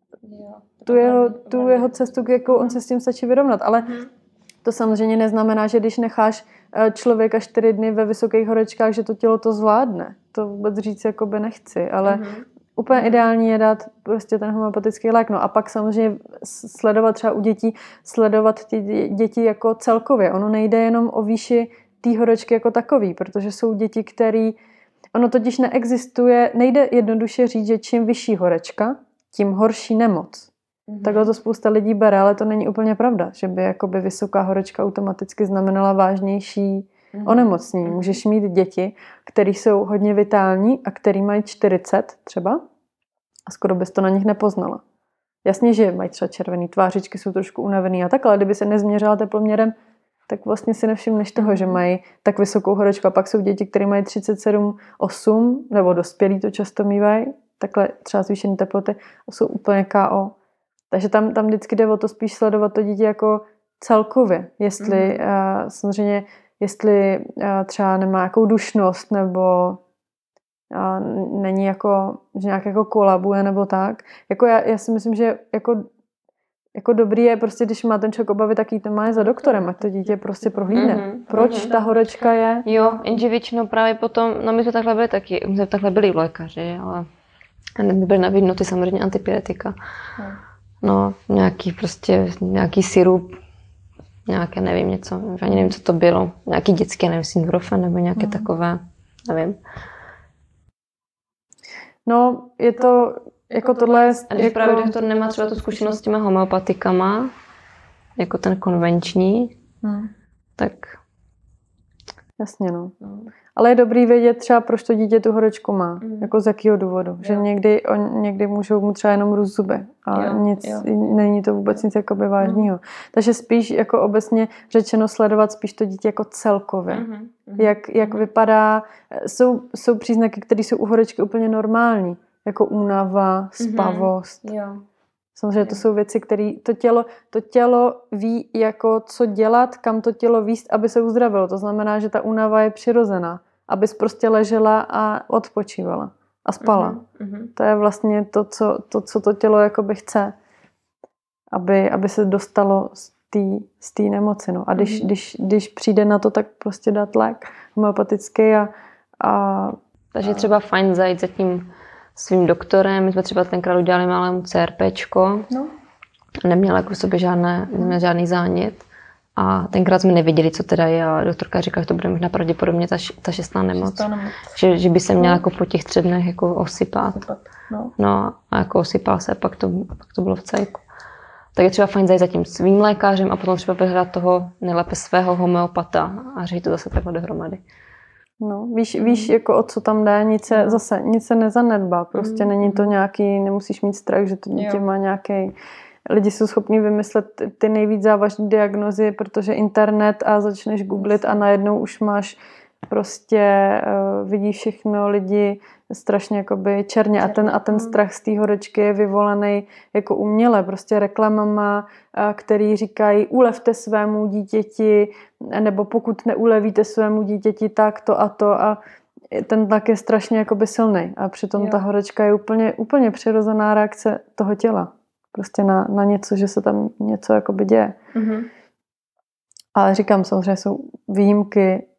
tu jeho, tu jeho cestu, jakou on se s tím stačí vyrovnat. Ale to samozřejmě neznamená, že když necháš člověka čtyři dny ve vysokých horečkách, že to tělo to zvládne. To vůbec říct jakoby nechci, ale mm-hmm. úplně ideální je dát prostě ten homeopatický lék. No a pak samozřejmě sledovat třeba u dětí, sledovat ty děti jako celkově. Ono nejde jenom o výši té horečky jako takový, protože jsou děti, které ono totiž neexistuje, nejde jednoduše říct, že čím vyšší horečka, tím horší nemoc. Mm-hmm. Takhle to spousta lidí bere, ale to není úplně pravda, že by jakoby vysoká horečka automaticky znamenala vážnější mm-hmm. onemocnění. Můžeš mít děti, které jsou hodně vitální a který mají čtyřicet třeba a skoro bys to na nich nepoznala. Jasně, že mají třeba červený tvářičky, jsou trošku unavený a takhle, ale kdyby se nezměřila teploměrem, tak vlastně si nevšimneš toho, že mají tak vysokou horečku. A pak jsou děti, které mají třicet sedm osm, nebo dospělí to často mývají, takhle třeba zvýšené teploty, a jsou úplně ká ó. Takže tam, tam vždycky jde o to spíš sledovat to dítě jako celkově. Jestli mm. uh, samozřejmě, jestli uh, třeba nemá jakou dušnost, nebo uh, není jako, že nějak jako kolabuje, nebo tak. Jako já, já si myslím, že jako Jako dobrý je prostě, když má ten člověk obavy, tak jí to má za doktorem, ať to dítě prostě prohlídne. Mm-hmm. Proč mm-hmm. ta horečka je? Jo, jenže většinou právě potom, no my jsme takhle byli taky, my jsme takhle byli u lékaři, ale my byli nabídnuty samozřejmě antipyretika. Mm. No, nějaký prostě, nějaký sirup, nějaké, nevím, něco, ani nevím, co to bylo, nějaký dětský, nevím, Syndrofen nebo nějaké mm. takové, nevím. No, je to... Jako tohle je, a když jako... právě doktor nemá třeba tu zkušenost s těma homeopatikama, jako ten konvenční, hmm. tak... Jasně, no. no. Ale je dobrý vědět třeba, proč to dítě tu horečku má. Hmm. Jako z jakého důvodu. Jo. Že někdy, on, někdy můžou mu třeba jenom růst zuby. A jo, nic, jo. není to vůbec nic jakoby vážného. Hmm. Takže spíš jako obecně řečeno sledovat spíš to dítě jako celkově. Hmm. Jak, jak vypadá... Jsou, jsou příznaky, které jsou u horečky úplně normální. Jako únava, spavost. Mm-hmm. Jo. Samozřejmě to jsou věci, které to tělo, to tělo ví, jako co dělat, kam to tělo víst, aby se uzdravilo. To znamená, že ta únava je přirozená. Abys prostě ležela a odpočívala. A spala. Mm-hmm. To je vlastně to, co to, co to tělo jakoby chce. Aby, aby se dostalo z té z té nemoci. No. A když, mm-hmm. když, když přijde na to, tak prostě dát lék homeopatický. A, a, Takže třeba fajn zajít za tím svým doktorem. My jsme třeba tenkrát udělali malému CRPčko. No. Neměla jako sobě žádné, neměla žádný zánět. A tenkrát jsme nevěděli, co teda je. A doktorka říkala, že to bude možná pravděpodobně ta, ta šestá nemoc. Šestá nemoc. Že, že by se měla no. jako po těch třech dnech jako osypat. No. no a jako osypal se, pak to, pak to bylo v cejku. Tak je třeba fajn zajít za tím svým lékařem a potom třeba vyhledat toho nejlépe svého homeopata a říct to zase takhle dohromady. No, víš, víš, jako o co tam jde, nic se, no. zase, nic se nezanedbá, prostě mm. není to nějaký, nemusíš mít strach, že to dítě jo. má nějaký, lidi jsou schopni vymyslet ty nejvíc závažné diagnozy, protože internet a začneš googlit a najednou už máš prostě, uh, vidíš všechno, lidi strašně jakoby černě a ten, a ten strach z té horečky je vyvolaný jako uměle, prostě reklamama, který říkají ulevte svému dítěti, nebo pokud neulevíte svému dítěti tak to a to a ten tlak je strašně jakoby silný a přitom jo. ta horečka je úplně, úplně přirozená reakce toho těla, prostě na, na něco, že se tam něco jakoby děje. Mm-hmm. Ale říkám, samozřejmě jsou výjimky,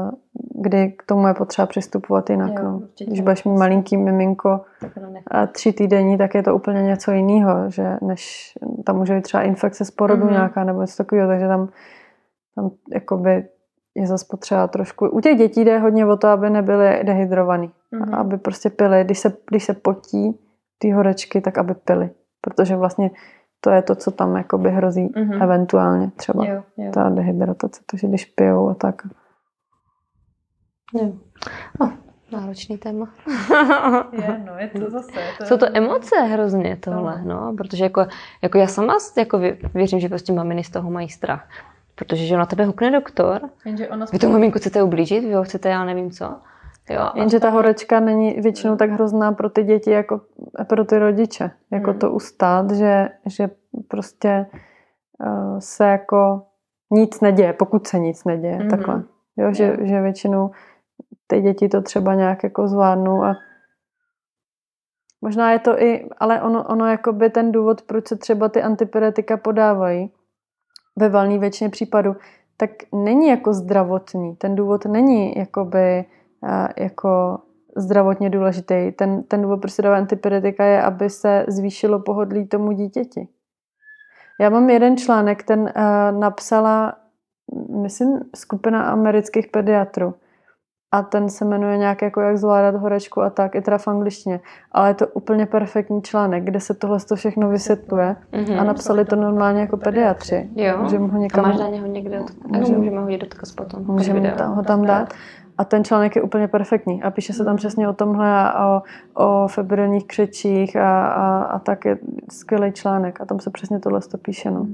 kdy k tomu je potřeba přistupovat jinak. Jo, no. Když budeš mít malinký miminko a tři týdení, tak je to úplně něco jiného, že než tam může být třeba infekce z porodu mm-hmm. nějaká nebo něco takového, takže tam, tam jakoby je zase potřeba trošku. U těch dětí jde hodně o to, aby nebyly dehydrovaný. Mm-hmm. Aby prostě pili. Když se, když se potí ty horečky, tak aby pili. Protože vlastně to je to, co tam jakoby hrozí mm-hmm. eventuálně třeba. Jo, jo. Ta dehydratace, takže když pijou a tak. Jo. Oh, náročný téma. je, no, je to zase. To Jsou to emoce hrozně tohle, no. no protože jako, jako já sama jako věřím, že prostě maminy z toho mají strach. Protože že na tebe hukne doktor, ona vy tomu maminku chcete ublížit, vy ho chcete, já nevím co. Jo, jenže ta horečka není většinou tak hrozná pro ty děti, jako pro ty rodiče. Jako hmm. to ustát, že, že prostě uh, se jako nic neděje, pokud se nic neděje, hmm. takhle. Jo, že, yeah. že většinou ty děti to třeba nějak jako zvládnou a možná je to i, ale ono, ono jakoby ten důvod, proč se třeba ty antipyretika podávají ve valné většině případů, tak není jako zdravotní. Ten důvod není jakoby jako zdravotně důležitý. Ten, ten důvod, proč se dává antipyretika, je, aby se zvýšilo pohodlí tomu dítěti. Já mám jeden článek, ten uh, napsala myslím, skupina amerických pediatrů. A ten se jmenuje nějak jako jak zvládat horečku a tak, i teda v angličtině. Ale je to úplně perfektní článek, kde se tohle to všechno vysvětluje mm-hmm. a napsali to normálně jako pediatři. Jo, můžeme ho někam... a máš dát ho někde, můžeme, můžeme hodit odkaz potom. Můžeme ho tam dát. A ten článek je úplně perfektní. A píše se tam přesně o tomhle a o, o febrilních křečích a, a, a tak je skvělý článek. A tam se přesně tohle to píše. No.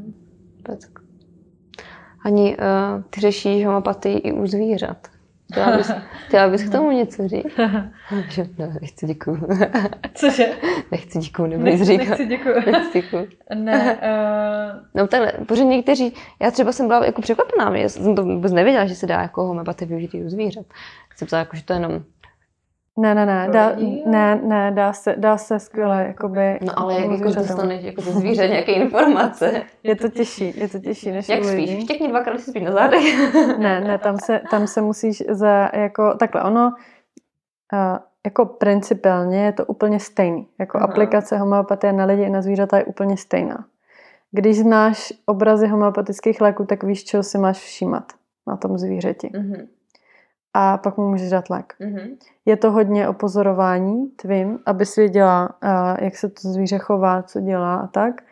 Ani uh, ty řešíš homeopatii i u zvířat. Chtěla bys, chtěla bys k tomu něco říct? No, nechci, děkuju. Cože? Nechci, děkuju, nebudeš říkat. Nechci, děkuju. Nechci, děkuju. Ne, uh... No takhle, protože někteří, já třeba jsem byla jako překvapená, já jsem to vůbec nevěděla, že se dá jako homeopatii využít i u zvířat. Chci ptát, jako, že to jenom... Ne, ne, ne, dá, ne, ne, dá se, dá se skvěle, jakoby... No ale jak jako dostaneš jako ze zvíře nějaké informace? Je to těžší, je to těžší než jak u lidí. spíš? Štěkni dvakrát, si spíš na zádech? Ne, ne, tam se, tam se musíš za, jako, takhle, ono, uh, jako principiálně je to úplně stejný. Jako Aha. aplikace homeopatie na lidi i na zvířata je úplně stejná. Když znáš obrazy homeopatických léků, tak víš, čeho si máš všímat na tom zvířeti. Mm-hmm. A pak mu můžeš dát lék. Mm-hmm. Je to hodně o pozorování tvým, abys věděla, uh, jak se to zvíře chová, co dělá a tak.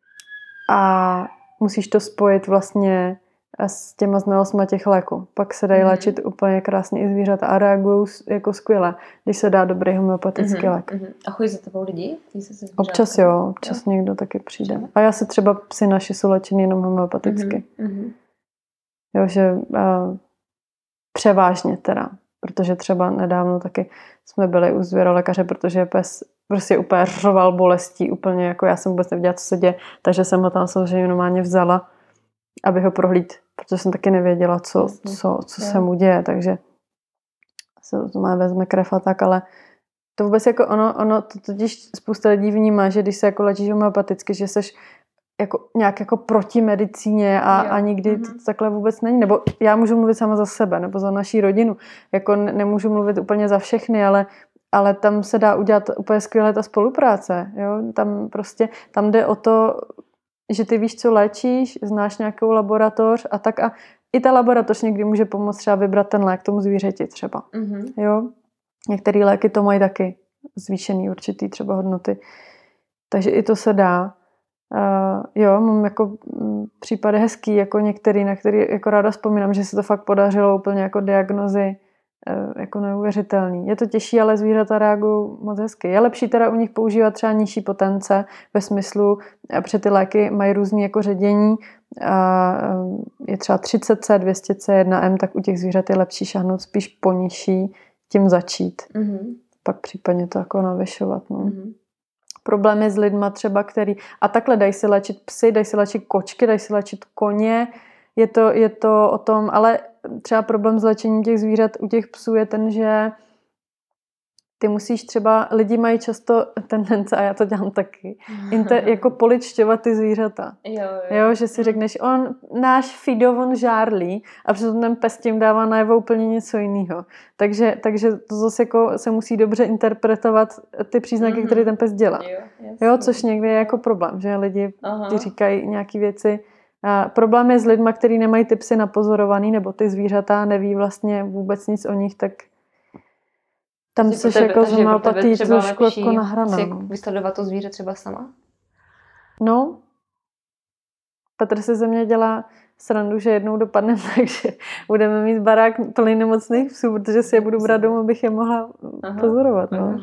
A musíš to spojit vlastně s těma znalostma těch léků. Pak se dají mm-hmm. léčit úplně krásně i zvířata a reagují jako skvěle, když se dá dobrý homeopatický mm-hmm. lék. Mm-hmm. A chodí za tebou lidi? Se občas jo, občas jo. Někdo taky přijde. A já se třeba psy naši jsou léčení jenom homeopaticky. Mm-hmm. Jo, že uh, převážně teda, protože třeba nedávno taky jsme byli u zvěrolékaře, protože pes prostě úplně řoval bolestí, úplně jako já jsem vůbec nevěděla, co se děje, takže jsem ho tam samozřejmě normálně vzala, aby ho prohlíd, protože jsem taky nevěděla, co, co, co se mu děje, takže se to má vezme krev a tak, ale to vůbec jako ono, ono to totiž spousta lidí vnímá, že když se jako léčíš homeopaticky, že seš jako nějak jako proti medicíně a, a nikdy mm-hmm. to takhle vůbec není. Nebo já můžu mluvit sama za sebe, nebo za naší rodinu. Jako nemůžu mluvit úplně za všechny, ale, ale tam se dá udělat úplně skvěle ta spolupráce. Jo? Tam prostě, tam jde o to, že ty víš, co léčíš, znáš nějakou laboratoř a tak a i ta laboratoř někdy může pomoct třeba vybrat ten lék tomu zvířeti třeba. Mm-hmm. Jo? Některé léky to mají taky zvýšený určitý třeba hodnoty. Takže i to se dá. Uh, jo, mám jako m, případy hezký, jako některý, na který jako ráda vzpomínám, že se to fakt podařilo úplně jako diagnozy uh, jako neuvěřitelný. Je to těžší, ale zvířata reagují moc hezky. Je lepší teda u nich používat třeba nižší potence ve smyslu, protože ty léky mají různý jako ředění, uh, je třeba třicet C, dvě stě C, jedna M, tak u těch zvířat je lepší šáhnout spíš po nižší, tím začít. Mm-hmm. Pak případně to jako navyšovat. No. Mm-hmm. Problémy s lidma třeba, který... A takhle dají se léčit psy, dají se léčit kočky, dají se léčit koně. Je to, je to o tom, ale třeba problém s léčením těch zvířat u těch psů je ten, že ty musíš třeba... Lidi mají často tendence, a já to dělám taky, inter, jako poličťovat ty zvířata. Jo, jo. Jo, že si řekneš, on, náš Fido, on žárlí a přitom ten pes tím dává najevo úplně něco jiného. Takže, takže to zase jako se musí dobře interpretovat ty příznaky, mm-hmm. které ten pes dělá. Jo, jo, což někdy je jako problém, že lidi ti říkají nějaké věci. A problém je s lidma, kteří nemají ty psy napozorovaný, nebo ty zvířata neví vlastně vůbec nic o nich, tak tam jsi jako z homeopatii trošku jako na hranu. Jsi vysledovat to zvíře třeba sama? No. Petr si ze mě dělá srandu, že jednou dopadneme tak, že budeme mít barák plný nemocných psů, protože si je budu brát domů, abych je mohla Aha. pozorovat. No.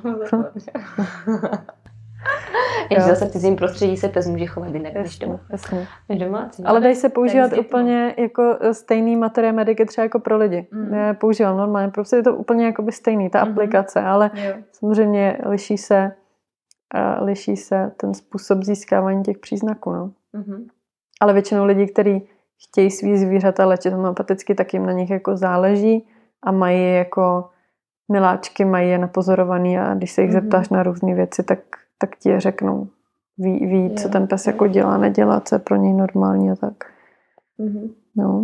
Jenže zase v cizím prostředí se pes může chovat jinak než doma. Jasně. Než domácí. Ale dají se používat úplně jako stejný materie mediky třeba jako pro lidi. Mm. Já používám normálně, prostě je to úplně jakoby stejný, ta mm-hmm. aplikace, ale jo. samozřejmě liší se, uh, liší se ten způsob získávání těch příznaků. No. Mm-hmm. Ale většinou lidí, kteří chtějí svý zvířata léčit homeopaticky, tak jim na nich jako záleží a mají je jako miláčky, mají je napozorovaný a když se jich mm-hmm. zeptáš na různé věci, tak tak ti je řeknou. Ví, ví jo, co ten pes jo. jako dělá, nedělá, co je pro něj normální a tak. Mm-hmm. No.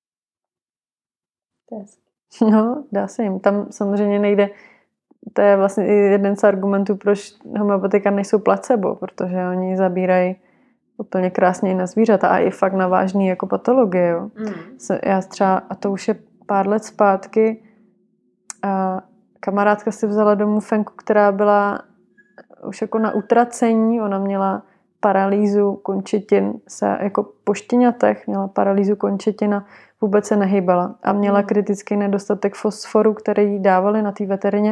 No, dá se jim. Tam samozřejmě nejde, to je vlastně jeden z argumentů, proč homeopatika nejsou placebo, protože oni zabírají úplně krásně i na zvířata a i fakt na vážný jako patologie. Jo. Mm. Já třeba, a to už je pár let zpátky, a kamarádka si vzala domů fenku, která byla už jako na utracení, ona měla paralýzu končetin se jako po štěňatech, měla paralýzu končetin a vůbec se nehýbala a měla kritický nedostatek fosforu, který jí dávali na té veterině,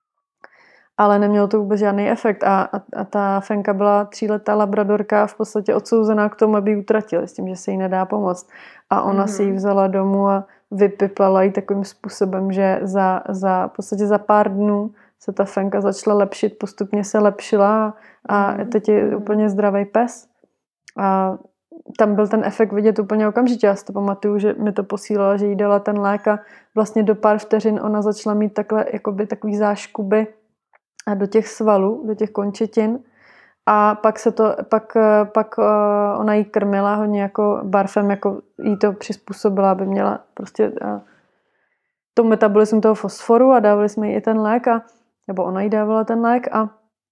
ale nemělo to vůbec žádný efekt a, a, a ta fenka byla tříletá labradorka v podstatě odsouzená k tomu, aby ji utratili s tím, že se jí nedá pomoct a ona mm-hmm. si ji vzala domů a vypiplala ji takovým způsobem, že za, za, v podstatě za pár dnů se ta fenka začala lepšit, postupně se lepšila a teď je úplně zdravý pes. A tam byl ten efekt vidět úplně okamžitě. Já si to pamatuju, že mi to posílala, že jí dala ten lék a vlastně do pár vteřin ona začala mít takhle, jakoby takový záškuby do těch svalů, do těch končetin. A pak se to, pak, pak ona jí krmila hodně jako barfem, jako jí to přizpůsobila, aby měla prostě tomu metabolismu toho fosforu a dávali jsme jí i ten lék a nebo ona jí dávala ten lék a,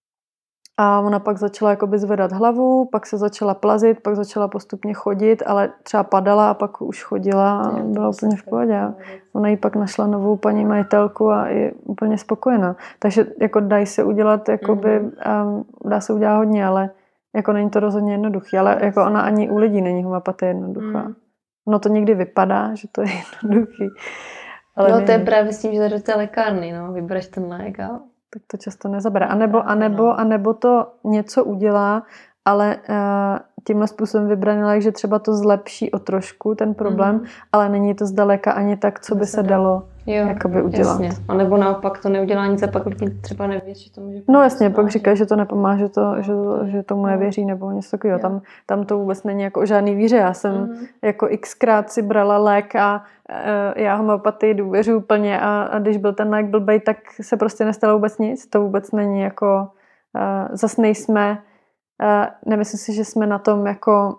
a ona pak začala jakoby zvedat hlavu, pak se začala plazit, pak začala postupně chodit, ale třeba padala a pak už chodila a byla úplně v pohodě. Ona jí pak našla novou paní majitelku a je úplně spokojená. Takže jako dají se udělat, jakoby, mm-hmm. dá se udělat hodně, ale jako není to rozhodně jednoduchý. Ale jako ona ani u lidí není homeopatie jednoduchá. Mm. No to někdy vypadá, že to je jednoduchý. Ale no to je právě s tím, že jdeš do té lékárny, no, vybereš ten lék a... Tak to často nezabere. A nebo, a nebo, a nebo to něco udělá, ale uh, tímhle způsobem vybraný lék, že třeba to zlepší o trošku ten problém, mm. ale není to zdaleka ani tak, co by se dalo jo, jakoby udělat. Jasně. A nebo naopak to neudělá nic a pak lidi třeba nevěří, že to může... No jasně, pak říká, že to nepomáhá, že, to, že, že tomu nevěří nebo něco takového. Tam, tam to vůbec není jako o žádný víře. Já jsem mm. jako xkrát si brala lék a uh, já homeopatii důvěřuji úplně a, a když byl ten lék blbej, tak se prostě nestalo vůbec nic. To vůbec není jako... Uh, zas nejsme... Uh, nemyslím si, že jsme na tom jako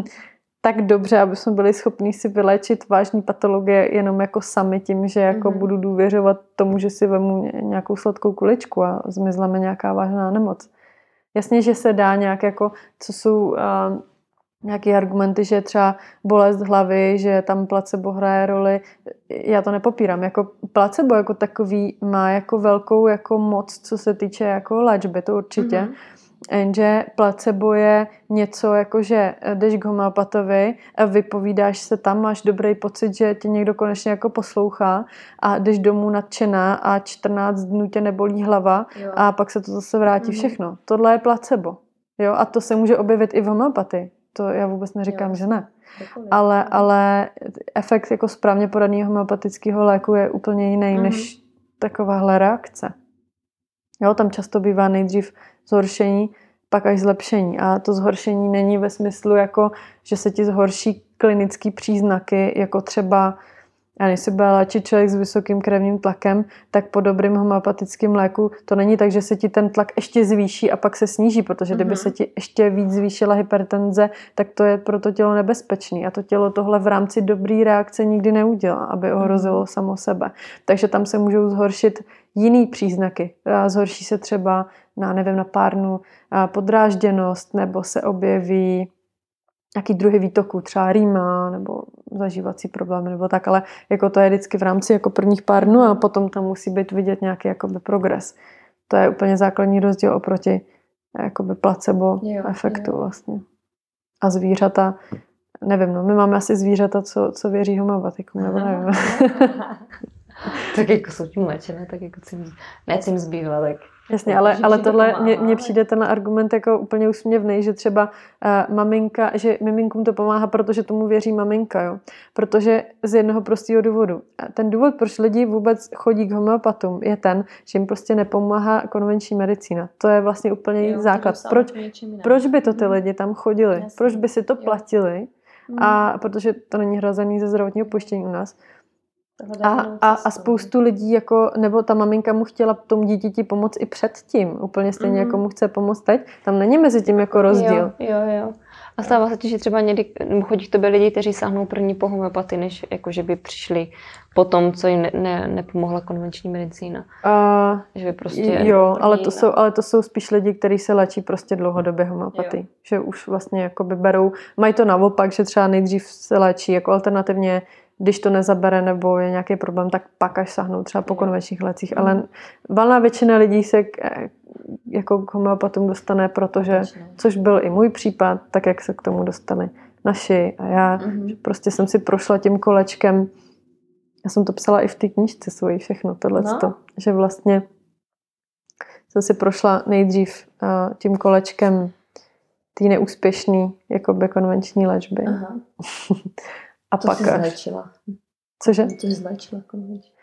tak dobře, aby jsme byli schopní si vyléčit vážné patologie jenom jako sami tím, že jako mm-hmm. budu důvěřovat tomu, že si vemu nějakou sladkou kuličku a zmizla mi nějaká vážná nemoc. Jasně, že se dá nějak jako, co jsou uh, nějaké argumenty, že třeba bolest hlavy, že tam placebo hraje roli. Já to nepopírám. Jako placebo jako takový má jako velkou jako moc, co se týče jako léčby, to určitě. Mm-hmm. Jenže placebo je něco jako, že jdeš k homeopatovi a vypovídáš se tam, máš dobrý pocit, že tě někdo konečně jako poslouchá a jdeš domů nadšená a čtrnáct dnů tě nebolí hlava jo. a pak se to zase vrátí mm-hmm. všechno. Tohle je placebo. Jo? A to se může objevit i v homeopatii. To já vůbec neříkám, jo, že ne. Ale, ale efekt jako správně podaného homeopatického léku je úplně jiný mm-hmm. než takováhle reakce. Jo, tam často bývá nejdřív zhoršení, pak až zlepšení. A to zhoršení není ve smyslu, jako, že se ti zhorší klinické příznaky, jako třeba, já než se bude léčit člověk s vysokým krevním tlakem, tak po dobrým homeopatickém léku to není tak, že se ti ten tlak ještě zvýší a pak se sníží, protože kdyby mm-hmm. se ti ještě víc zvýšila hypertenze, tak to je pro to tělo nebezpečný. A to tělo tohle v rámci dobrý reakce nikdy neudělá, aby ohrozilo mm-hmm. samo sebe. Takže tam se můžou zhoršit jiný příznaky. Zhorší se třeba na, nevím, na párnu podrážděnost, nebo se objeví nějaký druhy výtoků, třeba rýma, nebo zažívací problémy, nebo tak, ale jako to je vždycky v rámci jako prvních pár dnů a potom tam musí být vidět nějaký jakoby progres. To je úplně základní rozdíl oproti jakoby placebo jo, efektu jo. vlastně. A zvířata, nevím, no, my máme asi zvířata, co, co věří homeopatikům, nebo nevím. Tak jako jsou tím léčené, tak jako cím, ne cím zbývá, tak... Jasně, ale, ale tohle, mně přijde tenhle argument jako úplně úsměvný, že třeba uh, maminka, že miminkům to pomáhá, protože tomu věří maminka, jo. Protože z jednoho prostého důvodu. Ten důvod, proč lidi vůbec chodí k homeopatům, je ten, že jim prostě nepomáhá konvenční medicína. To je vlastně úplně jo, základ. Proč, proč by to ty lidi tam chodili? Jasně. Proč by si to platili? Jo. A protože to není hrazený ze zdravotního pojištění u nás. A, a, a spoustu lidí, jako, nebo ta maminka mu chtěla tomu dítěti pomoct i předtím, úplně stejně mm-hmm. jako mu chce pomoct teď. Tam není mezi tím jako rozdíl. Jo, jo, jo. A stává se ti, že třeba někdy chodí k tobě lidi, kteří sáhnou první po homeopatii, než jako, že by přišli po tom, co jim ne, ne, nepomohla konvenční medicína. Uh, že by prostě jo, ale to, jsou, ale to jsou spíš lidi, kteří se léčí prostě dlouhodobě homeopatii. Že už vlastně jakoby berou, mají to naopak, že třeba nejdřív se léčí jako alternativně, když to nezabere nebo je nějaký problém, tak pak až sáhnou třeba po konvenčních lécích. Mm. Ale valná většina lidí se k, jako k homeopatům dostane, protože, což byl i můj případ, tak jak se k tomu dostali naši a já, mm. že prostě jsem si prošla tím kolečkem, já jsem to psala i v té knížce svojí, všechno tohleto, no. Že vlastně jsem si prošla nejdřív uh, tím kolečkem té neúspěšný jakoby konvenční léčby. Aha. A to pak jsi zléčila. Cože? To jsi zléčila konvenční.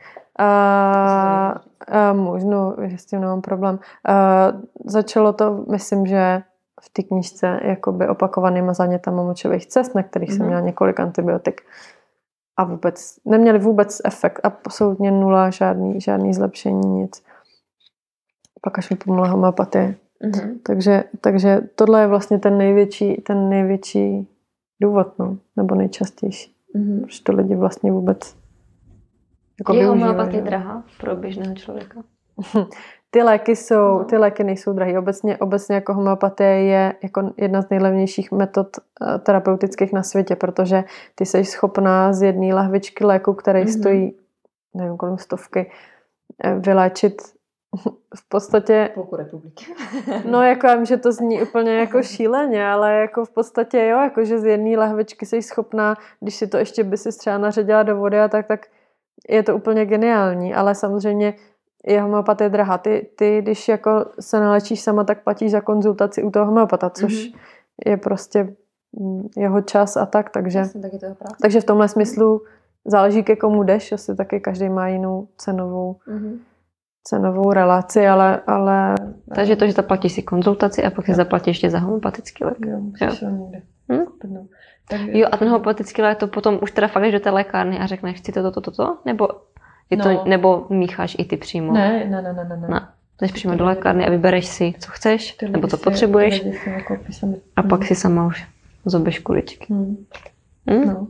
A, a možno, že s tím nemám problém. A začalo to, myslím, že v té knížce jakoby opakovanýma zánětama močových cest, na kterých mm-hmm. jsem měla několik antibiotik. A vůbec, neměli vůbec efekt. Absolutně nula, žádný, žádný zlepšení, nic. Pak až mi pomohla homeopatie. Mm-hmm. Takže, takže tohle je vlastně ten největší, ten největší důvod, no, nebo nejčastější. Mm-hmm. Protože to lidi vlastně vůbec jako je homeopatie drahá pro běžného člověka? Ty léky jsou, no. ty léky nejsou drahý. Obecně, obecně jako homeopatie je jako jedna z nejlevnějších metod terapeutických na světě, protože ty jsi schopná z jedné lahvičky léku, který mm-hmm. stojí, nevím, kolem stovky, vyléčit v podstatě... Půlku republiky. No, jako já vím, že to zní úplně jako šíleně, ale jako v podstatě jo, jako že z jedné lahvičky jsi schopná, když si to ještě by si třeba naředila do vody a tak, tak je to úplně geniální, ale samozřejmě je homeopatie drahá. Ty, ty, když jako se nalečíš sama, tak platíš za konzultaci u toho homeopata, což mm-hmm. je prostě jeho čas a tak, takže, tak je to takže v tomhle smyslu záleží, ke komu jdeš, asi taky každý má jinou cenovou mm-hmm. cenovou relaci, ale, ale... Takže to, že zaplatíš si konzultaci a pak si zaplatíš ještě za homeopatický lék. Jo, jo. Někde. Hm? Tak, jo, a ten homeopatický lék to potom už teda fakt jdeš do té lékárny a řekneš, chci toto, toto, toto? Nebo, je to, no. nebo mícháš i ty přímo? Ne, ne, ne, ne, ne. ne. Jdeš přímo do lékárny a vybereš si, co chceš, nebo co potřebuješ. A pak si sama už zobeš kuličky. Hmm. Hm? No.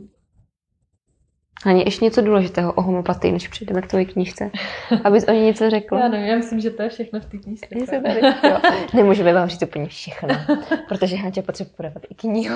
Hani, ještě něco důležitého o homeopatii, než přijdeme k tvojí knížce, abys o ní něco řekla. Já nevím, já myslím, že to je všechno v té knížce. Nemůžeme vám říct úplně všechno, protože Hanča potřebuje podávat i knihu.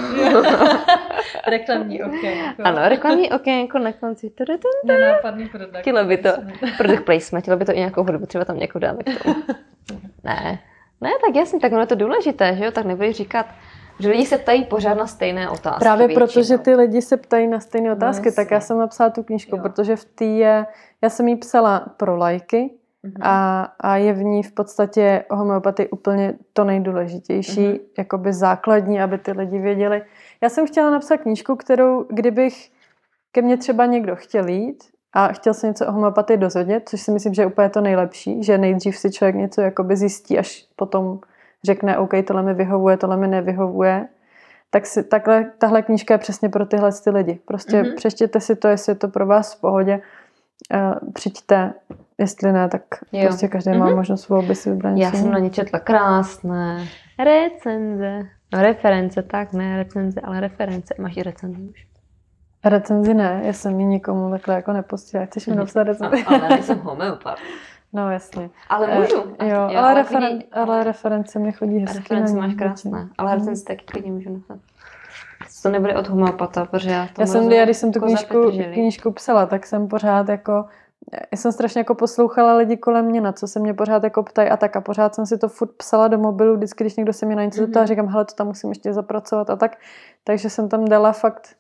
Reklamní okénko. Ano, reklamní okénko na konci. Nenápadný produkt. Chtělo by to, product placement, chtělo by to i nějakou hudbu, třeba tam nějakou dáme k tomu. Ne, ne, tak jasně, tak ono je to důležité, že jo, tak nebudeš říkat, že lidi se ptají pořád na stejné otázky. Právě většinou. Protože ty lidi se ptají na stejné otázky, no, tak já jsem napsala tu knížku, jo. Protože v té je, já jsem ji psala pro lajky mm-hmm. a, a je v ní v podstatě homeopatii úplně to nejdůležitější, mm-hmm. jakoby základní, aby ty lidi věděli. Já jsem chtěla napsat knížku, kterou, kdybych ke mně třeba někdo chtěl jít a chtěl se něco o homeopatii dozvědět, což si myslím, že je úplně to nejlepší, že nejdřív si člověk něco jakoby zjistí, až potom řekne, OK, tohle mi vyhovuje, tohle mi nevyhovuje, tak si, takhle, tahle knížka je přesně pro tyhle ty lidi. Prostě mm-hmm. přečtěte si to, jestli je to pro vás v pohodě, uh, přijďte, jestli ne, tak jo. Prostě každý mm-hmm. má možnost volby si vybrat. Já jsem na ně četla krásné recenze, no reference, tak ne recenze, ale reference. Máš i recenze už? Recenzi ne, já jsem ji nikomu takhle jako nepostila. Chceš mi napsat recenzi? Ale nejsem homeopat. No jasně. Ale můžu. Uh, jo, jo, ale, ale, referen- chodí, ale reference mi chodí hezky. Reference máš krásné, ale recenze taky klidně můžu napsat. To nebude od homeopata, protože já Já jsem, já, když jsem tu knížku, knížku psala, tak jsem pořád jako, já jsem strašně jako poslouchala lidi kolem mě, na co se mě pořád jako ptají a tak a pořád jsem si to furt psala do mobilu, vždycky, když někdo se mě na něco zeptá, mm-hmm. říkám, hele, to tam musím ještě zapracovat a tak. Takže jsem tam dala fakt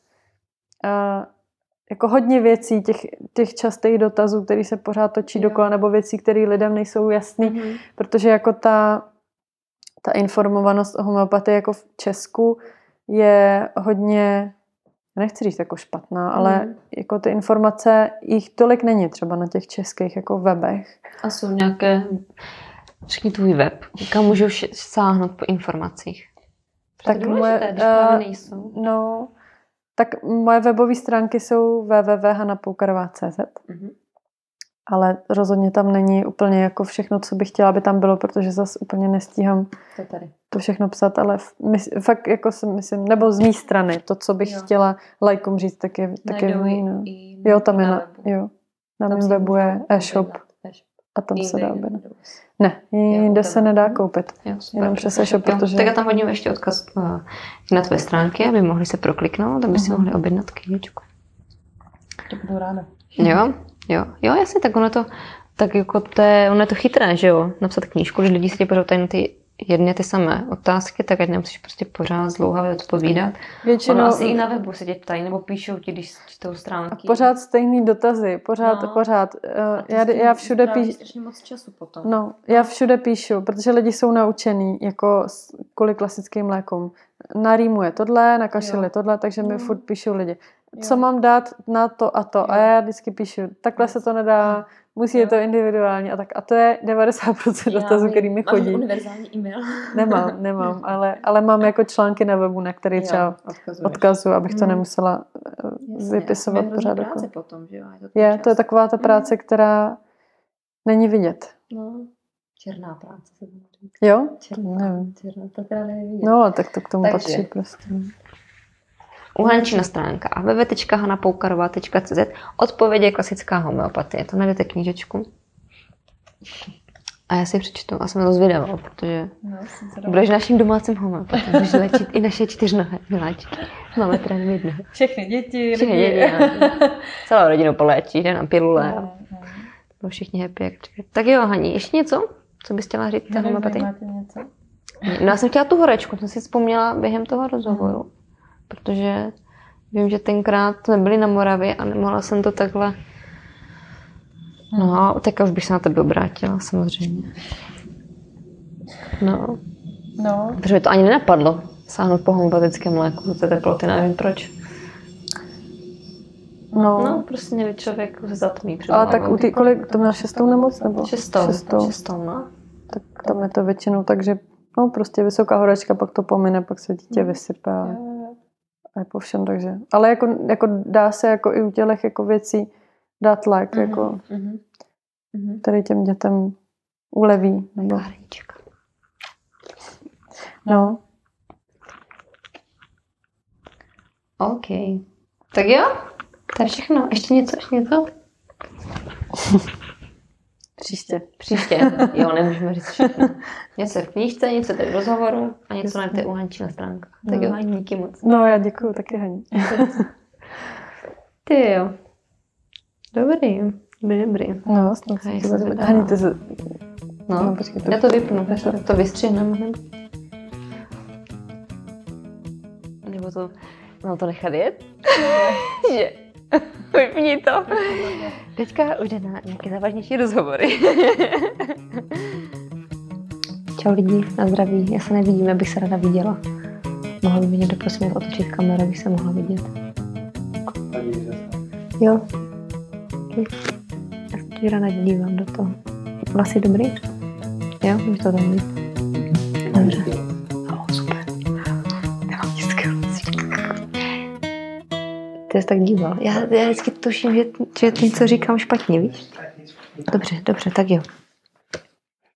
uh, jako hodně věcí, těch, těch častých dotazů, který se pořád točí jo. dokola, nebo věcí, které lidem nejsou jasný, mm-hmm. protože jako ta, ta informovanost o homeopatii jako v Česku je hodně, nechci říct jako špatná, mm. ale jako ty informace, jich tolik není třeba na těch českých jako webech. A jsou nějaké, řekni tvůj web, kam můžu sáhnout po informacích? Tak to je důležité, moje, když právě nejsou. No, tak moje webové stránky jsou w w w tečka hana poukarová tečka c z, mm-hmm. ale rozhodně tam není úplně jako všechno, co bych chtěla, aby tam bylo, protože zase úplně nestíhám to, tady. to všechno psat, ale mys- fakt jako si myslím, nebo z mé strany, to, co bych Jo. chtěla lajkům říct, tak je, tak je Najdou no. i Jo, tam je na na, webu. jo. Na Tam mém si webu je můžou e-shop objednat e-shop. a tam se dá Jinde objednat. nejde. Ne, jinde tam se ne. nedá koupit. Jo, super. Jenom přes e-shop, Jo, protože... tak já tam hodím ještě odkaz uh, na tvé stránky, aby mohli se prokliknout, aby si Mhm. mohli objednat knížku. To budu ráda. Jo, jo, jo, jasně, tak ono to, tak jako to je, ono je to chytré, že jo, napsat knížku, že lidi se ti pořád na ty jedny ty samé otázky, tak ať nemusíš prostě pořád zdlouhavě odpovídat. Většinou... Ono asi i na webu se tě ptají, nebo píšou ti, když čtou stránky. Pořád stejný dotazy, pořád, No. pořád. Uh, já, já všude píšu... strašně moc času potom. No, já všude píšu, protože lidi jsou naučený, jako s- kvůli klasickým lékům. Na rýmu je tohle, na kašel je tohle, takže mi Mm. furt píšou lidi. Co Jo. mám dát na to a to? A já vždycky píšu, takhle se to nedá, musí je to individuální a tak. A to je devadesát procent dotazů, který mi Mám chodí. univerzální e-mail. Nemám, nemám, ale, ale mám jako články na webu, na který třeba odkazuješ. odkazuju, abych to Mm. nemusela eh, Jasně, vypisovat a to je pořád. hrozně Jako. práce potom, že jo? Je to, Je, to je taková ta práce, která není vidět. No, černá práce se to říká. Jo? Černá, Nevím. černá, to teda není vidět. No, tak to k tomu Takže. patří prostě. Uhančina stránka a w w w tečka hana poukarová tečka c z odpověď je klasická homeopatie. To najdete knížečku. A já si ji přečtu a jsem to zvědavá, protože No, jsem se budeš naším domácím homeopatem. Budeš léčit i naše čtyřnohé miláčky. Máme teda jenom jednoho. Všechny děti, Všechny lidi. děti, ano. Celou rodinu poléčí, jde nám pilule. No, no. Bylo všichni happy. Jak čekat. Tak jo, Hani, ještě něco? Co bys chtěla říct té Nevím, homeopatii? máte něco? No já jsem chtěla tu horečku, jsem si vzpomněla během toho rozhovoru, protože vím, že tenkrát jsme byli na Moravě a nemohla jsem to takhle. No, tak už bych se na tebe obrátila, samozřejmě. No, No, protože mi to ani nenapadlo sáhnout po homeopatickém léku do té teploty, nevím proč. No, No, prostě někdy člověk se zatmí před ale tak hlavou. u té kolik, to měla šestou nemoc? Nebo? Šestou, šestou. šestou, no. Tak tam je to většinou tak, že no prostě vysoká horečka, pak to pomine, pak se dítě vysype a, a je po všem, takže. Ale jako, jako dá se jako i u tělech jako věcí dát lék, jako, mhm. Mhm. který těm dětem uleví. Nebo, Káreníčka. no. OK. Tak jo, to je všechno. Ještě něco, ještě něco? Příště. Příště. Jo, nemůžeme říct všechno. Něco v knížce, něco tady v rozhovoru a něco najdete u Hanči na stránkách. Tak jo, Hani, díky moc. No, já děkuju taky, Haní. Ty jo. Dobrý. Dobrý, dobrý. No, snad Hej, se jsem to bude. zvědavá. Haní, ty se... No, No, počkej, to- já to vypnu, to, to vystřihneme. Nebo to, mám to nechat jet? Že? Vypni to. Teďka už jde na nějaké závažnější rozhovory. Čau lidi, na zdraví. Já se nevidím, abych se ráda viděla. Mohla by mi někdo prosím otočit kameru, abych se mohla vidět. Jo. Já se teď ráda dívám do toho. Vlasy dobrý? Jo, můžu to tam mít. Dobře. Oh, super. Nemám nic skvělého. Ty jsi tak díval. Já, já vždycky tuším, že, že něco říkám špatně, víš? Dobře, dobře, tak jo.